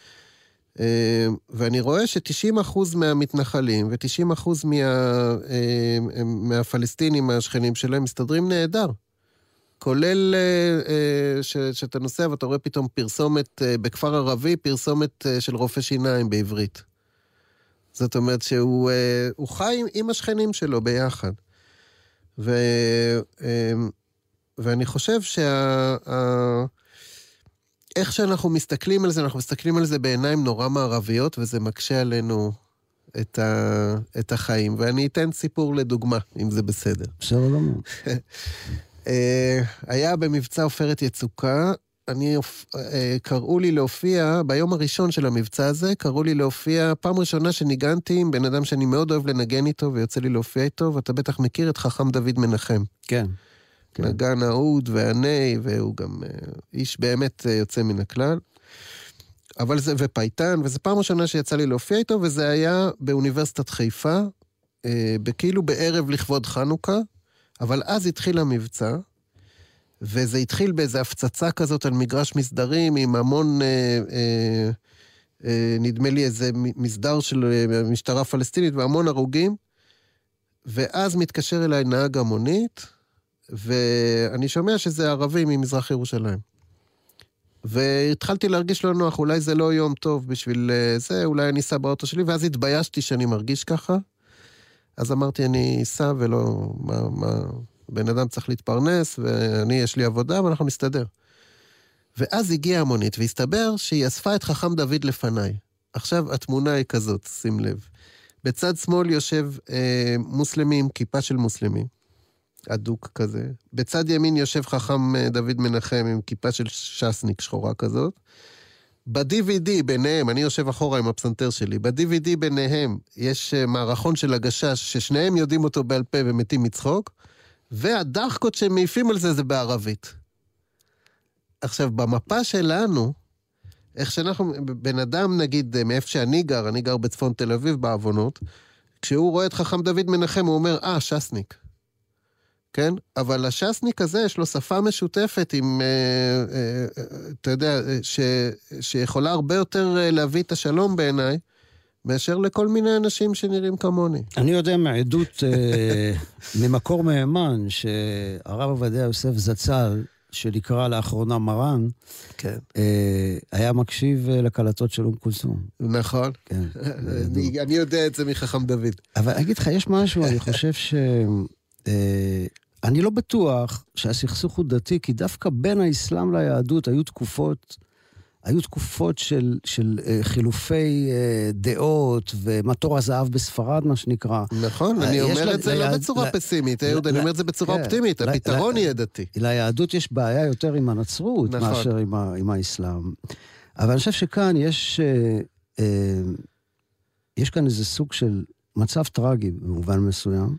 ואני רואה ש-תשעים אחוז מהמתנחלים ו-תשעים אחוז מה, מהפלסטינים, השכנים שלהם, מסתדרים נהדר. כולל ש, שאתה נוסע ואתה רואה פתאום פרסומת בכפר ערבי, פרסומת של רופא שיניים בעברית. זאת אומרת שהוא הוא חי עם השכנים שלו ביחד. ו, ואני חושב שה... איך שאנחנו מסתכלים על זה, אנחנו מסתכלים על זה בעיניים נורא מערביות, וזה מקשה עלינו את, ה, את החיים. ואני אתן סיפור לדוגמה, אם זה בסדר. בסדר לא. היה במבצע עופרת יצוקה, אני, קראו לי להופיע, ביום הראשון של המבצע הזה, קראו לי להופיע, פעם ראשונה שניגנתי עם בן אדם שאני מאוד אוהב לנגן איתו, ויוצא לי להופיע איתו, ואתה בטח מכיר את חכם דוד מנחם. כן. נגן אהוד ועני, והוא גם איש באמת יוצא מן הכלל. אבל זה, ופייטן, וזה פעם ראשונה שיצא לי להופיע איתו, וזה היה באוניברסיטת חיפה, כאילו בערב לכבוד חנוכה, אבל אז התחיל המבצע, וזה התחיל באיזו הפצצה כזאת על מגרש מסדרים, עם המון, אה, אה, אה, נדמה לי איזה מסדר של משטרה פלסטינית, והמון הרוגים, ואז מתקשר אליי נהג המונית, ואני שומע שזה ערבי ממזרח ירושלים. והתחלתי להרגיש לא נוח, אולי זה לא יום טוב בשביל זה, אולי אני אסע באוטו שלי, ואז התביישתי שאני מרגיש ככה, אז אמרתי, אני אסע ולא, מה, מה, בן אדם צריך להתפרנס, ואני, יש לי עבודה, ואנחנו נסתדר. ואז הגיעה המונית, והסתבר שהיא אספה את חכם דוד לפניי. עכשיו התמונה היא כזאת, שים לב. בצד שמאל יושב אה, מוסלמי עם כיפה של מוסלמי, אדוק כזה. בצד ימין יושב חכם אה, דוד מנחם עם כיפה של שסניק שחורה כזאת. ב-די וי די ביניהם, אני יושב אחורה עם הפסנתר שלי, ב-די וי די ביניהם יש אה, מערכון של הגשש, ששניהם יודעים אותו בעל פה ומתים מצחוק, והדחקות שהם מעיפים על זה זה בערבית. עכשיו, במפה שלנו, איך שאנחנו, בן אדם נגיד, מאיפה שאני גר, אני גר בצפון תל אביב בעוונות, כשהוא רואה את חכם דוד מנחם, הוא אומר, אה, שסניק. כן? אבל השסניק הזה, יש לו שפה משותפת עם, אה, אה, אתה יודע, ש, שיכולה הרבה יותר להביא את השלום בעיניי, מאשר לכל מיני אנשים שנראים כמוני. אני יודע מעדות ממקור מהימן, שהרב עובדיה יוסף זצ"ל, שנקרא לאחרונה מרן, כן. היה מקשיב לקלטות של אום כולסום. נכון. כן. אני, אני יודע את זה מחכם דוד. אבל אני אגיד לך, יש משהו, אני חושב ש... אני לא בטוח שהסכסוך הוא דתי, כי דווקא בין האסלאם ליהדות היו תקופות, היו תקופות של, של חילופי דעות, ומטור הזהב בספרד, מה שנקרא. נכון, אני אומר את זה לא בצורה פסימית, אהוד, אני אומר את זה בצורה אופטימית, הפתרון יהיה דתי. ליהדות יש בעיה יותר עם הנצרות, מאשר עם האסלאם. אבל אני חושב שכאן יש, יש כאן איזה סוג של מצב טרגי, במובן מסוים,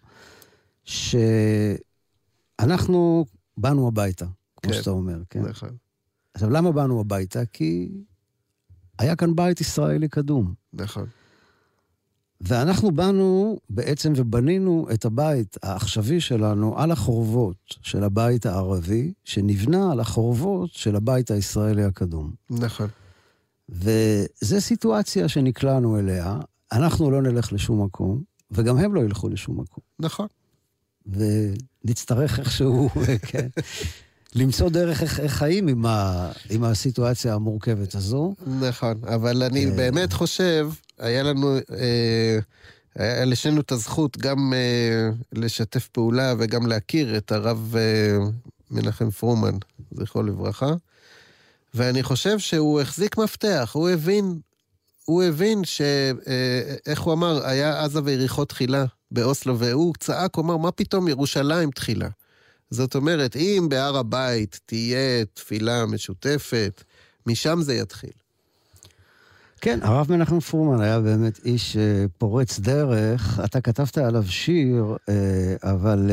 שאנחנו באנו הביתה, כמו שאתה אומר, כן? נכון. עכשיו, למה באנו הביתה? כי היה כאן בית ישראלי קדום. נכון. ואנחנו באנו בעצם ובנינו את הבית העכשווי שלנו על החורבות של הבית הערבי, שנבנה על החורבות של הבית הישראלי הקדום. נכון. וזו סיטואציה שנקלענו אליה, אנחנו לא נלך לשום מקום, וגם הם לא ילכו לשום מקום. נכון. ונצטרך איכשהו, כן. למצוא דרך חיים עם, ה, עם הסיטואציה המורכבת הזו. נכון, אבל אני באמת חושב, היה לנו, היה לשנו את הזכות גם לשתף פעולה וגם להכיר את הרב מנחם פרומן, זכרו לברכה, ואני חושב שהוא החזיק מפתח, הוא הבין, הוא הבין ש, איך הוא אמר, היה עזה ויריחו תחילה באוסלו, והוא צעק, הוא אמר, מה פתאום ירושלים תחילה? זאת אומרת, אם בהר הבית תהיה תפילה משותפת, משם זה יתחיל. כן, הרב מנחם פרומן היה באמת איש פורץ דרך. אתה כתבת עליו שיר, אבל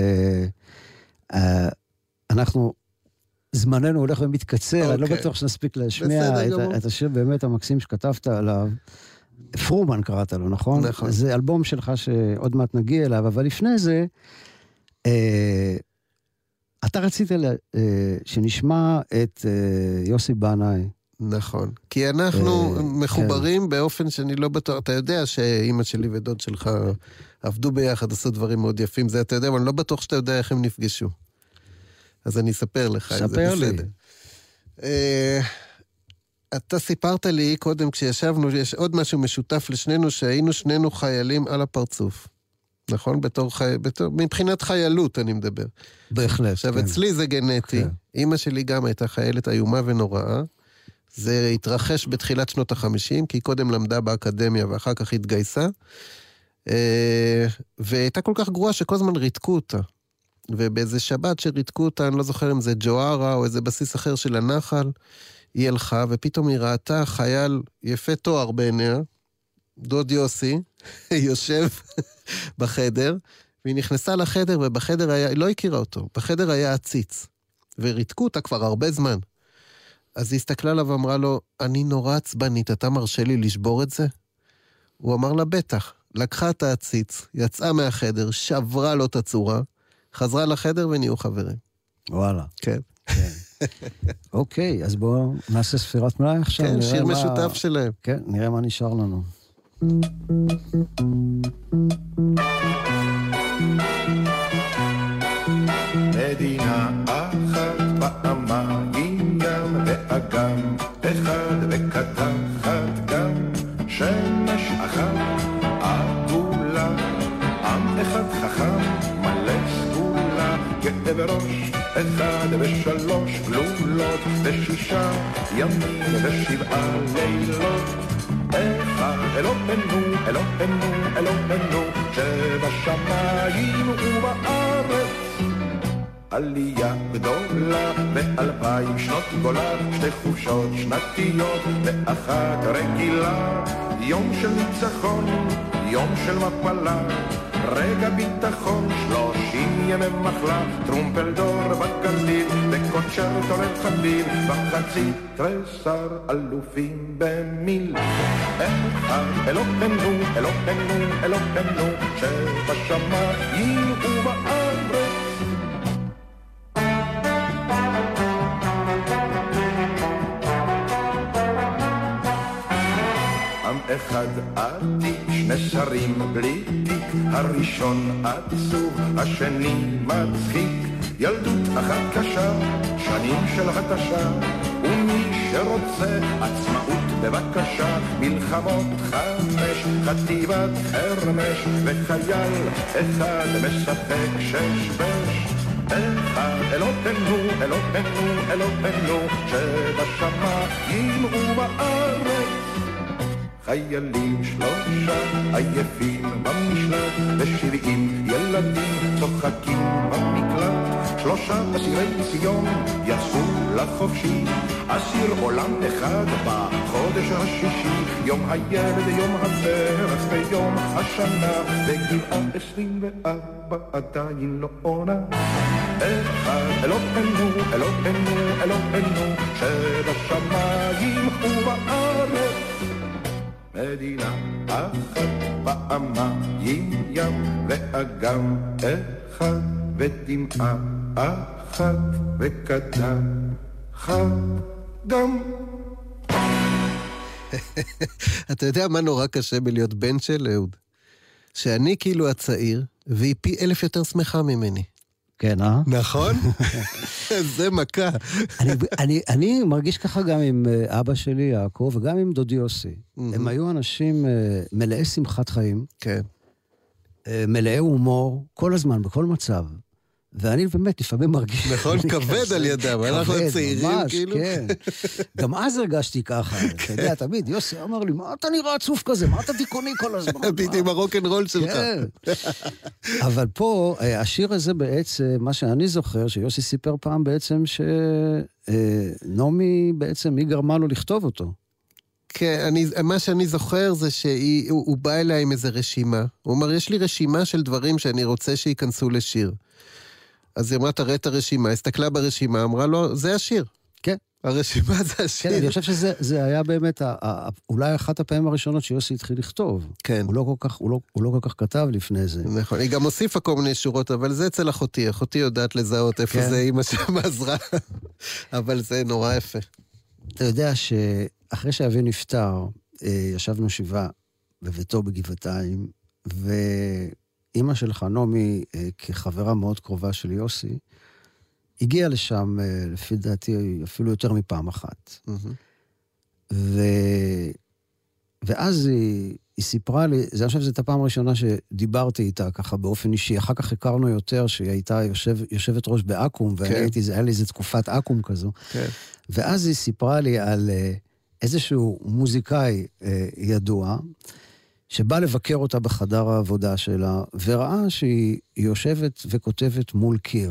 אנחנו, זמננו הולך ומתקצר, אני לא בטוח שנספיק להשמיע את השיר באמת המקסים שכתבת עליו. פרומן קראת לו, נכון? נכון. זה אלבום שלך שעוד מעט נגיע אליו, אבל לפני זה, אתה רצית שנשמע את יוסי בנאי. נכון, כי אנחנו מחוברים באופן שאני לא בטוח, אתה יודע שאמא שלי ודוד שלך עבדו ביחד, עשו דברים מאוד יפים, זה אתה יודע, אבל אני לא בטוח שאתה יודע איך הם נפגשו. אז אני אספר לך, ספר לי. אתה סיפרת לי קודם כשישבנו, יש עוד משהו משותף לשנינו, שהיינו שנינו חיילים על הפרצוף. נכון? בתור חי... בתור... מבחינת חיילות אני מדבר. בהחלט, עכשיו, כן. אצלי זה גנטי. כן. אמא שלי גם הייתה חיילת איומה ונוראה. זה התרחש בתחילת שנות החמישים, כי היא קודם למדה באקדמיה ואחר כך התגייסה. והייתה כל כך גרועה שכל הזמן ריתקו אותה. ובאיזה שבת שריתקו אותה, אני לא זוכר אם זה ג'וארה או איזה בסיס אחר של הנחל, היא הלכה ופתאום היא ראתה חייל יפה תואר בעיניה, דוד יוסי, יושב בחדר, והיא נכנסה לחדר, ובחדר היה, היא לא הכירה אותו, בחדר היה עציץ, וריתקו אותה כבר הרבה זמן. אז היא הסתכלה לה ואמרה לו, אני נורא עצבנית, אתה מרשה לי לשבור את זה? הוא אמר לה, בטח, לקחה את העציץ, יצאה מהחדר, שברה לו את הצורה, חזרה לחדר ונהיו חברים. וואלה. כן. כן. אוקיי, אז בואו נעשה ספירת מלאי עכשיו. כן, שיר מה... משותף שלהם. כן, נראה מה נשאר לנו. מדינה אחת פעמיים ים ואגם אחד וקטחת גם שמש אחת עגולה עם אחד חכם מלא סגולה גאה בראש אחד ושלוש גלולות ושישה ימים ושבעה לילות אחד אלוהינו, אלוהינו, אלוהינו שבשמיים ובארץ עלייה גדולה באלפיים שנות גולה שתי חופשות שנתיות ואחת רגילה יום של ניצחון, יום של מפלה רגע ביטחון, שלושים ימי מחלה טרומפלדור בגליל וקונצ'רטו לחליל וחצי תריסר אלופים במיל אחד אלוהינו, אלוהינו, אלוהינו שבשמיים ובארץ האחד עתיק, שני שרים בלי תיק, הראשון עצוב, השני מצחיק, ילדות אחת קשה, שנים של התשה, ומי שרוצה עצמאות בבקשה, מלחמות חמש, חטיבת חרמש, וחייל אחד משחק שש בש. אחד אלוהינו, אלוהינו, אלוהינו, שבשמיים ובארץ. חיילים שלושה עייפים במשלט, ושבעים ילדים צוחקים במקלט. שלושה אסירי ציון יצאו לחופשי, אסיר עולם אחד בחודש השישי, יום הילד, יום הפרח ויום השנה, בגבעה עשרים וארבע עדיין לא עונה. אחד אלוהינו, אלוהינו, אלוהינו, שבשמיים ובארץ. מדינה אחת פעמיים ים ואגם אחד ודמעה אחת וקטן חגם. אתה יודע מה נורא קשה בלהיות בן של אהוד? שאני כאילו הצעיר, והיא פי אלף יותר שמחה ממני. כן, אה? נכון? זה מכה. אני, אני, אני מרגיש ככה גם עם אבא שלי, יעקב, וגם עם דודי יוסי. הם היו אנשים מלאי שמחת חיים. כן. מלאי הומור, כל הזמן, בכל מצב. ואני באמת לפעמים מרגיש... נכון, כבד על ידם, אנחנו צעירים כאילו. כן. גם אז הרגשתי ככה, אתה יודע, תמיד, יוסי אמר לי, מה אתה נראה עצוב כזה? מה אתה דיכאוני כל הזמן? ביטי עם הרוק'נ'רול שלך. כן. אבל פה, השיר הזה בעצם, מה שאני זוכר, שיוסי סיפר פעם בעצם, שנעמי בעצם, היא גרמה לו לכתוב אותו. כן, אני, מה שאני זוכר זה שהוא בא אליה עם איזו רשימה. הוא אומר, יש לי רשימה של דברים שאני רוצה שייכנסו לשיר. אז היא אמרה, תראה את הרשימה, הסתכלה ברשימה, אמרה לו, זה השיר. כן. הרשימה זה השיר. כן, אני חושב שזה היה באמת, אולי אחת הפעמים הראשונות שיוסי התחיל לכתוב. כן. הוא לא כל כך, הוא לא, הוא לא כל כך כתב לפני זה. נכון, היא גם הוסיפה כל מיני שורות, אבל זה אצל אחותי, אחותי יודעת לזהות איפה כן. זה אמא שם עזרה, אבל זה נורא יפה. אתה יודע שאחרי שאבי נפטר, ישבנו שבעה בביתו בגבעתיים, ו... אמא שלך, נעמי, כחברה מאוד קרובה של יוסי, הגיעה לשם, לפי דעתי, אפילו יותר מפעם אחת. ו... ואז היא, היא סיפרה לי, זה אני חושב שזאת הפעם הראשונה שדיברתי איתה ככה באופן אישי, אחר כך הכרנו יותר שהיא הייתה יושב, יושבת ראש באקום, ואני כן. הייתי, היה לי איזו תקופת אקום כזו. כן. ואז היא סיפרה לי על איזשהו מוזיקאי ידוע, שבא לבקר אותה בחדר העבודה שלה, וראה שהיא יושבת וכותבת מול קיר.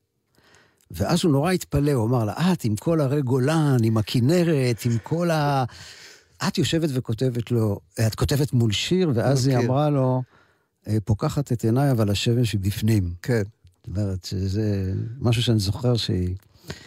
ואז הוא נורא התפלא, הוא אמר לה, את עם כל הרי גולן, עם הכינרת, עם כל ה... את יושבת וכותבת לו, את כותבת מול שיר, ואז היא אמרה לו, פוקחת את עיניי, אבל השמש היא בפנים. כן. זאת אומרת, שזה משהו שאני זוכר שהיא...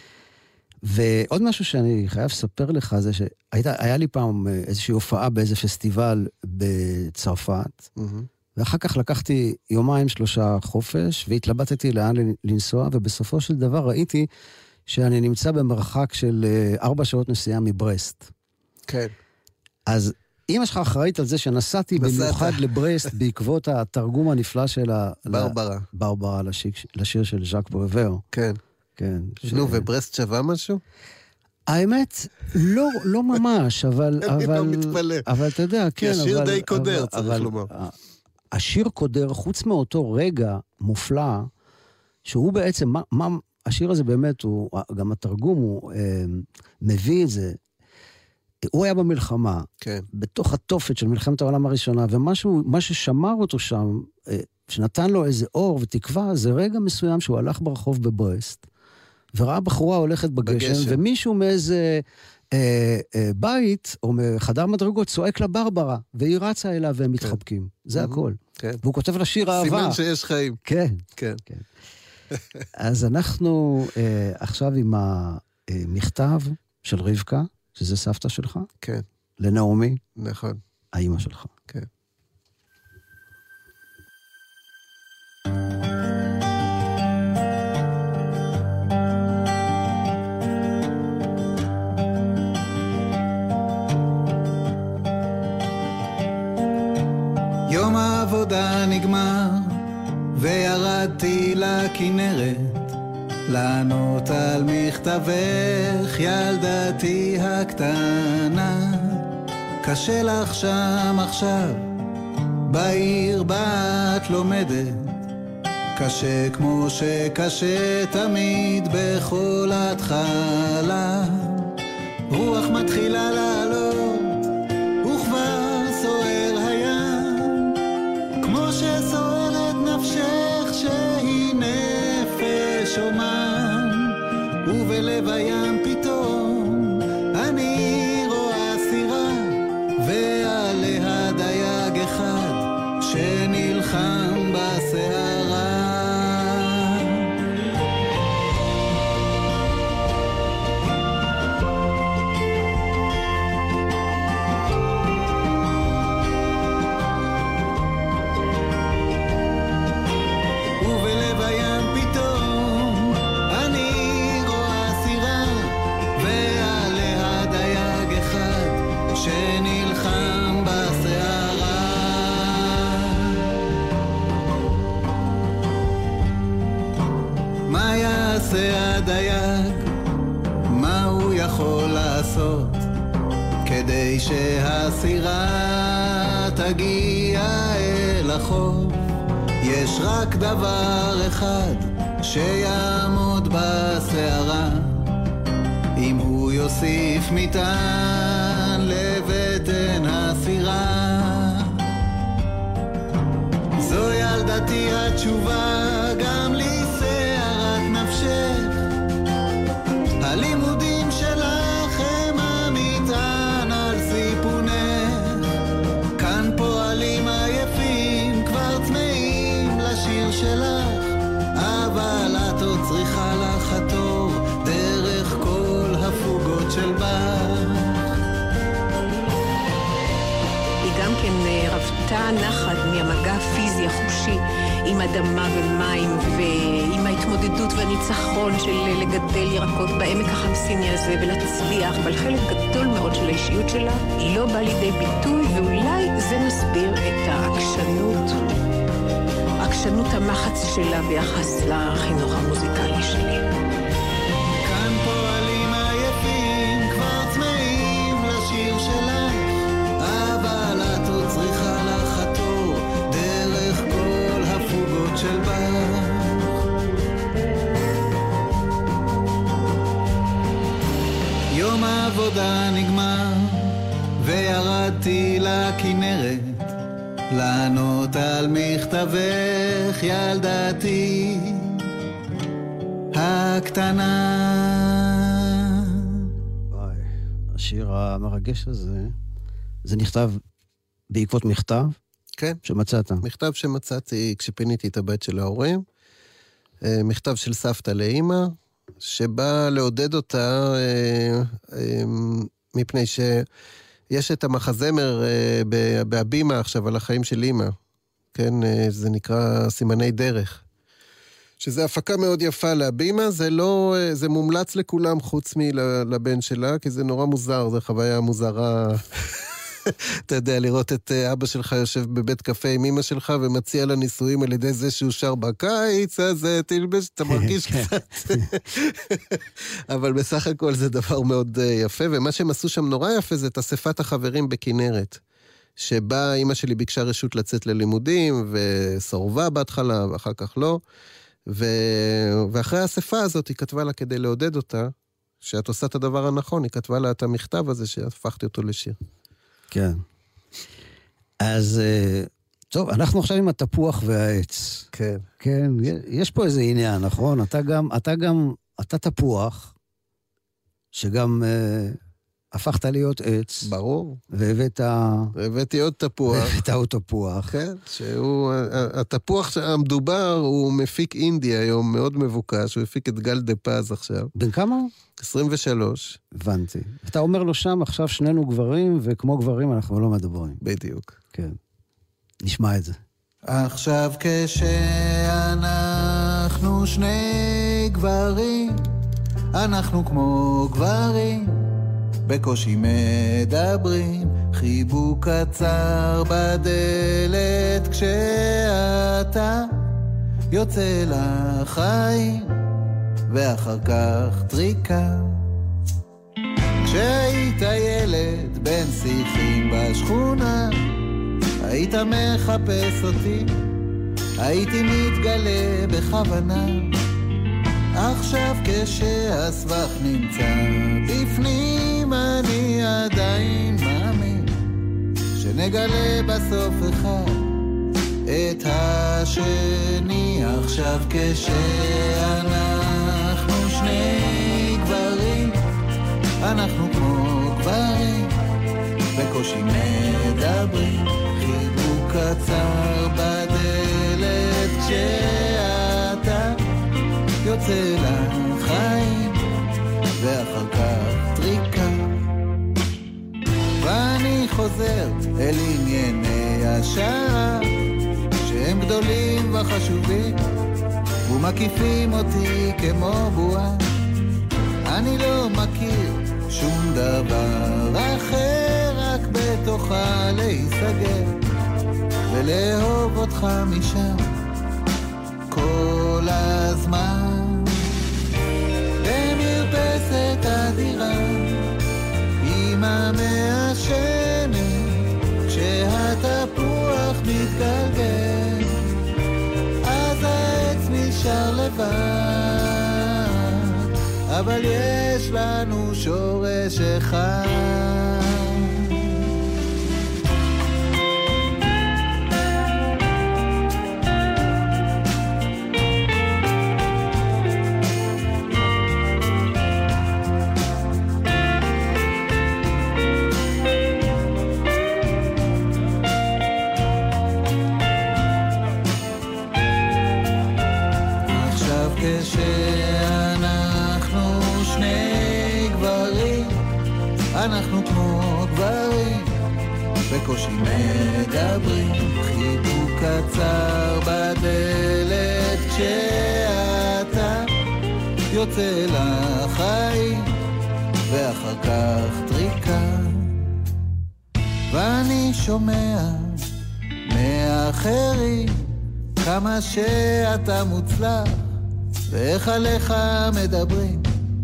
ועוד משהו שאני חייב לספר לך, זה שהיה לי פעם איזושהי הופעה באיזה פסטיבל בצרפת, ואחר כך לקחתי יומיים שלושה חופש, והתלבטתי לאן לנסוע, ובסופו של דבר ראיתי שאני נמצא במרחק של ארבע שעות נסיעה מברסט. כן. אז אמא שלך אחראית על זה שנסעתי במיוחד לברסט, בעקבות התרגום הנפלא של ברברה. ברברה לשיר של ז'אק ברובר. כן. כן. נו, וברסט שווה משהו? האמת, לא, לא ממש, אבל... אני לא מתפלא. אבל אתה יודע, כן, אבל... כי השיר די קודר, צריך לומר. השיר קודר, חוץ מאותו רגע מופלא, שהוא בעצם, מה, מה, השיר הזה באמת, הוא, גם התרגום, הוא אה, מביא את זה, הוא היה במלחמה, כן. בתוך התופת של מלחמת העולם הראשונה, ומשהו, מה ששמר אותו שם, אה, שנתן לו איזה אור ותקווה, זה רגע מסוים שהוא הלך ברחוב בברסט, וראה בחורה הולכת בגשם, בגשם. ומישהו מאיזה אה, אה, בית, או מחדר מדרגות, צועק לברברה, והיא רצה אליו והם כן. מתחבקים. זה mm-hmm. הכל. כן. והוא כותב לשיר אהבה. סימן שיש חיים. כן. כן. כן. אז אנחנו אה, עכשיו עם המכתב של רבקה, שזה סבתא שלך. כן. לנעמי. נכון. האמא שלך. כן. העבודה נגמר וירדתי לכנרת לענות על מכתבך ילדתי הקטנה. קשה לך שם עכשיו בעיר בת לומדת, קשה כמו שקשה תמיד בכל התחלה. רוח מתחילה לעלות וכבר סוער הים, כמו שסוערת נפשך שהיא נפש אומן, ובלב הים פתאום אני רואה סירה ועליה דייג אחד שנלחם בסערה. הדייג, מה הוא יכול לעשות כדי שהסירה תגיע אל החוף? יש רק דבר אחד שיעמוד בסערה, אם הוא יוסיף מטען לבטן הסירה. זו ילדתי התשובה גם לסערת נפשך, הלימודים שלך הם המטען על סיפונך. כאן פועלים עייפים כבר צמאים לשיר שלך, אבל את עוד צריכה לחתור דרך כל הפוגות של בר. היא גם כן רבתה נחת מהמגע הפיזי החושי עם אדמה ומים ועם ההתמודדות והניצחון של לגדל ירקות בעמק החמסיני הזה ולהצליח, אבל חלק גדול מאוד של האישיות שלה לא בא לידי ביטוי, ואולי זה מסביר את העקשנות, עקשנות המחץ שלה ביחס לחינוך המוזיקלי שלי. כאן פועלים עייפים כבר צמאים לשיר שלך, אבל את עוד צריכה לחתור דרך כל הפוגות של בר. יום העבודה נגמר וירדתי לכנרת לענות על מכתבך ילדתי הקטנה. וואי, השיר המרגש הזה, זה נכתב בעקבות מכתב? כן. שמצאת? מכתב שמצאתי כשפיניתי את הבית של ההורים, מכתב של סבתא לאמא, שבא לעודד אותה מפני שיש את המחזמר בהבימה עכשיו על החיים של אמא, כן, זה נקרא סימני דרך, שזה הפקה מאוד יפה להבימה, זה לא, זה מומלץ לכולם חוץ מלבן שלה, כי זה נורא מוזר, זה חוויה מוזרה. אתה יודע, לראות את אבא שלך יושב בבית קפה עם אמא שלך ומציע לה נישואים על ידי זה שהוא שר בקיץ, אז תלבש, אתה מרגיש קצת. אבל בסך הכל זה דבר מאוד יפה, ומה שהם עשו שם נורא יפה זה את אספת החברים בכנרת, שבה אמא שלי ביקשה רשות לצאת ללימודים, וסורבה בהתחלה, ואחר כך לא, ו... ואחרי האספה הזאת היא כתבה לה כדי לעודד אותה, שאת עושה את הדבר הנכון, היא כתבה לה את המכתב הזה שהפכתי אותו לשיר. כן. אז, טוב, אנחנו עכשיו עם התפוח והעץ. כן. כן, יש פה איזה עניין, נכון? אתה גם, אתה גם, אתה תפוח, שגם אה, הפכת להיות עץ. ברור. והבאת... והבאתי עוד תפוח. והבאת עוד תפוח. כן, שהוא, התפוח המדובר הוא מפיק אינדי היום, מאוד מבוקש, הוא הפיק את גל דה פז עכשיו. בן כמה? עשרים ושלוש. הבנתי. אתה אומר לו שם, עכשיו שנינו גברים, וכמו גברים אנחנו לא מדברים. בדיוק. כן. נשמע את זה. עכשיו כשאנחנו שני גברים, אנחנו כמו גברים, בקושי מדברים, חיבוק קצר בדלת כשאתה יוצא לחיים, ואחר כך טריקה. כשהיית ילד בן שיחים בשכונה, היית מחפש אותי, הייתי מתגלה בכוונה. עכשיו כשהסבך נמצא בפנים, אני עדיין מאמין שנגלה בסוף אחד את השני. עכשיו כשאנחנו שני גברים, אנחנו כמו גברים, בקושי מדברים. חיבוק קצר בדלת כשאתה יוצא לחיים, ואחר כך טריקה. ואני חוזר אל ענייני השעה, שהם גדולים וחשובים ומקיפים אותי כמו בועה. אני לא מכיר שום דבר אחר, רק בתוכה להיסגר ולאהוב אותך משם כל הזמן. במרפסת הדירה אמא מעשנת, כשהתפוח מתגלגל אז העץ נשאר לבד, אבל יש לנו שורש אחד. כשאנחנו שני גברים, אנחנו כמו גברים, בקושי מדברים. חיבוק קצר בדלת כשאתה יוצא לחיים, ואחר כך טריקה. ואני שומע מאחרים כמה שאתה מוצלח ואיך עליך מדברים,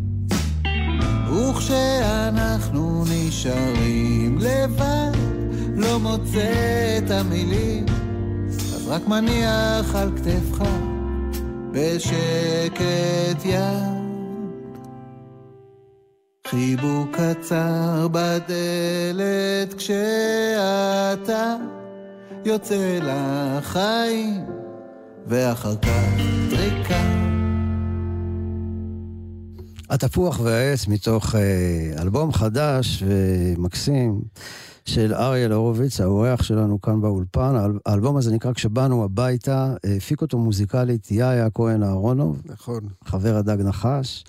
וכשאנחנו נשארים לבד לא מוצא את המילים, אז רק מניח על כתפך בשקט יד. חיבוק קצר בדלת כשאתה יוצא לחיים, ואחר כך טריקה. התפוח והעץ מתוך אלבום חדש ומקסים של אריאל הורוביץ, האורח שלנו כאן באולפן. האלבום הזה נקרא כשבאנו הביתה, הפיק אותו מוזיקלית יאיה כהן אהרונוב, נכון, חבר הדג נחש.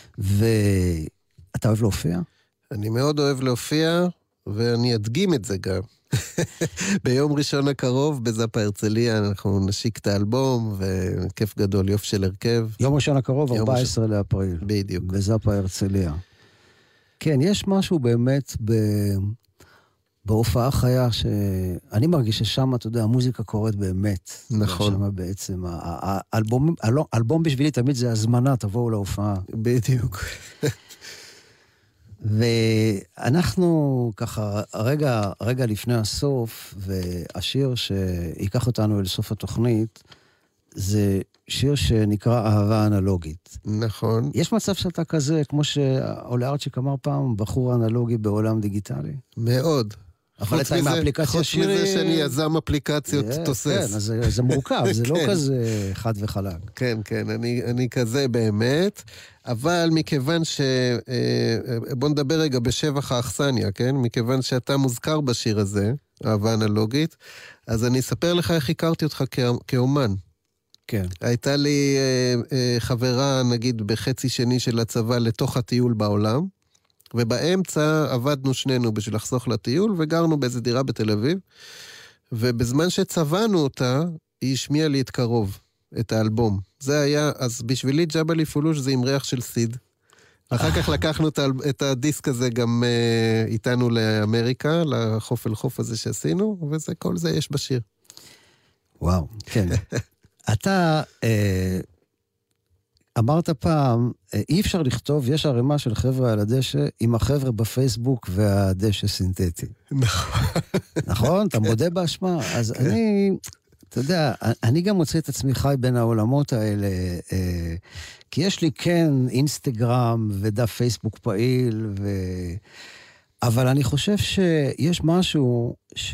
ואתה אוהב להופיע? אני מאוד אוהב להופיע, ואני אדגים את זה גם. ביום ראשון הקרוב בזאפה הרצליה אנחנו נשיק את האלבום, וכיף גדול, יופי של הרכב. יום ראשון הקרוב, ארבעה עשר לאפריל. בדיוק. בזאפה הרצליה. כן, יש משהו באמת ב... בהופעה חיה שאני מרגיש ששם, אתה יודע, המוזיקה קורית באמת. נכון. שם בעצם, האלבום, האלבום בשבילי תמיד זה הזמנה, תבואו להופעה. בדיוק. ואנחנו ככה רגע, רגע לפני הסוף, והשיר שיקח אותנו אל סוף התוכנית, זה שיר שנקרא אהבה אנלוגית. נכון. יש מצב שאתה כזה, כמו שאולי ארצ'יק אמר פעם, בחור אנלוגי בעולם דיגיטלי? מאוד. אבל אתה עם האפליקציה שירי... חוץ מזה שאני יזם אפליקציות תוסס. כן, אז זה מורכב, זה לא כזה חד וחלק. כן, כן, אני, אני כזה באמת, אבל מכיוון ש... בוא נדבר רגע בשבח האכסניה, כן? מכיוון שאתה מוזכר בשיר הזה, אהבה אנלוגית, אז אני אספר לך איך הכרתי אותך כאומן. כן. הייתה לי חברה, נגיד, בחצי שני של הצבא לתוך הטיול בעולם, ובאמצע עבדנו שנינו בשביל לחסוך לטיול, וגרנו באיזו דירה בתל אביב, ובזמן שצבענו אותה, היא השמיעה לי את קרוב, את האלבום. זה היה, אז בשבילי ג'בלי פולוש זה עם ריח של סיד, אחר כך לקחנו את הדיסק הזה גם איתנו לאמריקה, לחוף אל חוף הזה שעשינו, וזה, כל זה יש בשיר. וואו, כן. אתה אמרת פעם, אי אפשר לכתוב, יש ערימה של חבר'ה על הדשא, עם החבר'ה בפייסבוק והדשא סינתטי. נכון. נכון? אתה מודה באשמה. אז אני, אתה יודע, אני גם מוצא את עצמי חי בין העולמות האלה, כי יש לי כן אינסטגרם ודף פייסבוק פעיל, ו... אבל אני חושב שיש משהו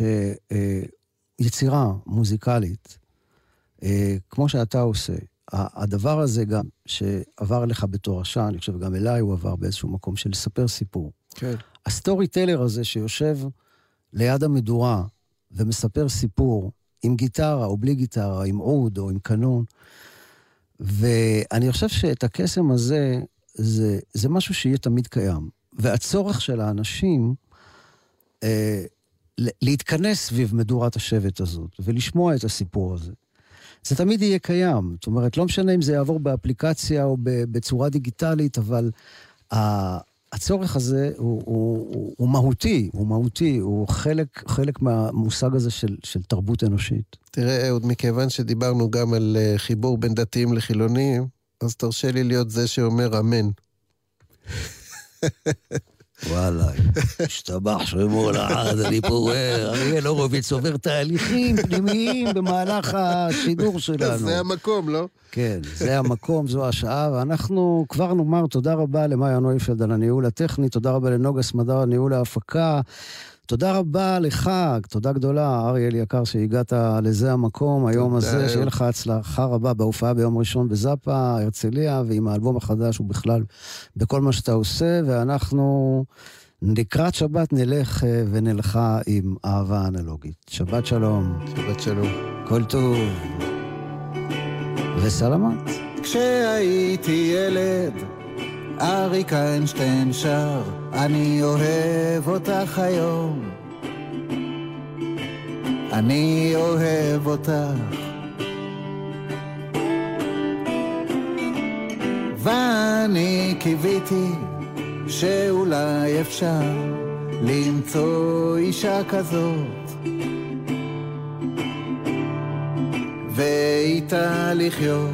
שיצירה מוזיקלית, כמו שאתה עושה, הדבר הזה גם שעבר לך בתור השעה, אני חושב גם אליי הוא עבר באיזשהו מקום של לספר סיפור. כן. הסטורי טיילר הזה שיושב ליד המדורה ומספר סיפור עם גיטרה או בלי גיטרה, עם עוד או עם קנון, ואני חושב שאת הקסם הזה, זה, זה משהו שיהיה תמיד קיים. והצורך של האנשים אה, להתכנס סביב מדורת השבט הזאת, ולשמוע את הסיפור הזה. זה תמיד יהיה קיים. זאת אומרת, לא משנה אם זה יעבור באפליקציה או בצורה דיגיטלית, אבל הצורך הזה הוא, הוא, הוא, הוא מהותי, הוא מהותי, הוא חלק, חלק מהמושג הזה של, של תרבות אנושית. תראה, אהוד, מכיוון שדיברנו גם על חיבור בין דתיים לחילונים, אז תרשה לי להיות זה שאומר אמן. וואלה, השתבח שמו לעד, אני פה, אריאל הורוביץ עובר תהליכים פנימיים במהלך השידור שלנו. זה המקום, לא? כן, זה המקום, זו השעה, ואנחנו כבר נאמר תודה רבה למאיה נויפלד על הניהול הטכני, תודה רבה לנוגה סמדר על ניהול ההפקה, תודה רבה לך, תודה גדולה, אריאל יקר שהגעת לזה המקום, היום הזה, שיהיה לך הצלחה רבה בהופעה ביום ראשון בזאפה, הרצליה, ועם האלבום החדש ובכלל בכל מה שאתה עושה, ואנחנו לקראת שבת נלך ונלכה עם אהבה אנלוגית. שבת שלום. שבת שלום. כל טוב. וסלמת. כשהייתי ילד, אריק איינשטיין שר, אני אוהב אותך היום, אני אוהב אותך, ואני קיוויתי שאולי אפשר למצוא אישה כזאת ואיתה לחיות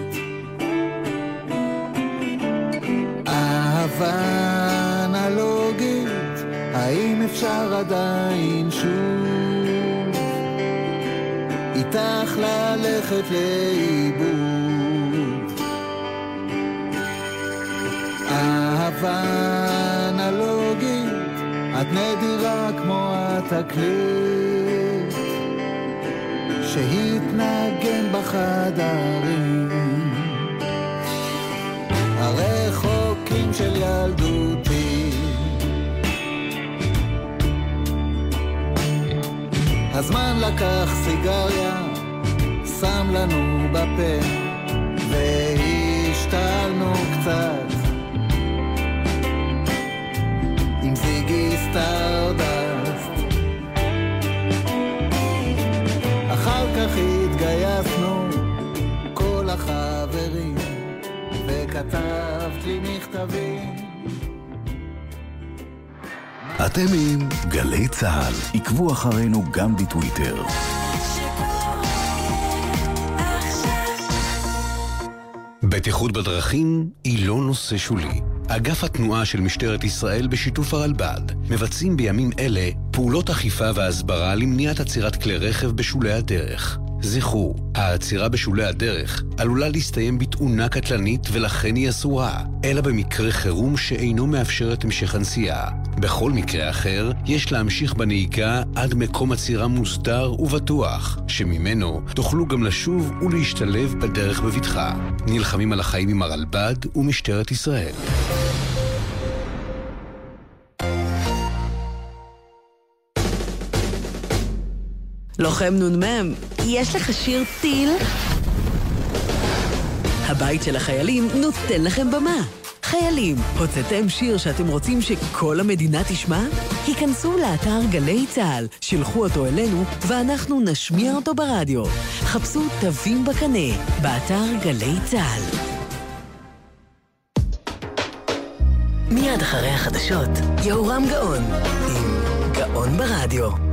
אהבה אנלוגית, האם אפשר עדיין שוב איתך ללכת לאיבוד? אהבה אנלוגית, את נדירה כמו התקליט שהתנגן בחדרים הרחוקים של ילדותי. הזמן לקח סיגריה, שם לנו בפה והשתלנו קצת עם זיגי סטארדסט. אחר כך התגייסנו כל החברים וכתבת לי מכתבים. אתם עם גלי צהל, עקבו אחרינו גם בטוויטר. בטיחות בדרכים היא לא נושא שולי. אגף התנועה של משטרת ישראל בשיתוף הרלב"ד מבצעים בימים אלה פעולות אכיפה והסברה למניעת עצירת כלי רכב בשולי הדרך. זכרו, העצירה בשולי הדרך עלולה להסתיים בתאונה קטלנית ולכן היא אסורה, אלא במקרה חירום שאינו מאפשר את המשך הנסיעה. בכל מקרה אחר, יש להמשיך בנהיגה עד מקום עצירה מוסדר ובטוח, שממנו תוכלו גם לשוב ולהשתלב בדרך בבטחה. נלחמים על החיים עם הרלב"ד ומשטרת ישראל. לוחם נונמם, יש לך שיר טיל? הבית של החיילים נותן לכם במה. חיילים, הוצאתם שיר שאתם רוצים שכל המדינה תשמע? היכנסו לאתר גלי צהל, שלחו אותו אלינו ואנחנו נשמיע אותו ברדיו. חפשו תווים בקנה, באתר גלי צהל. מיד אחרי החדשות, יהורם גאון, עם גאון ברדיו.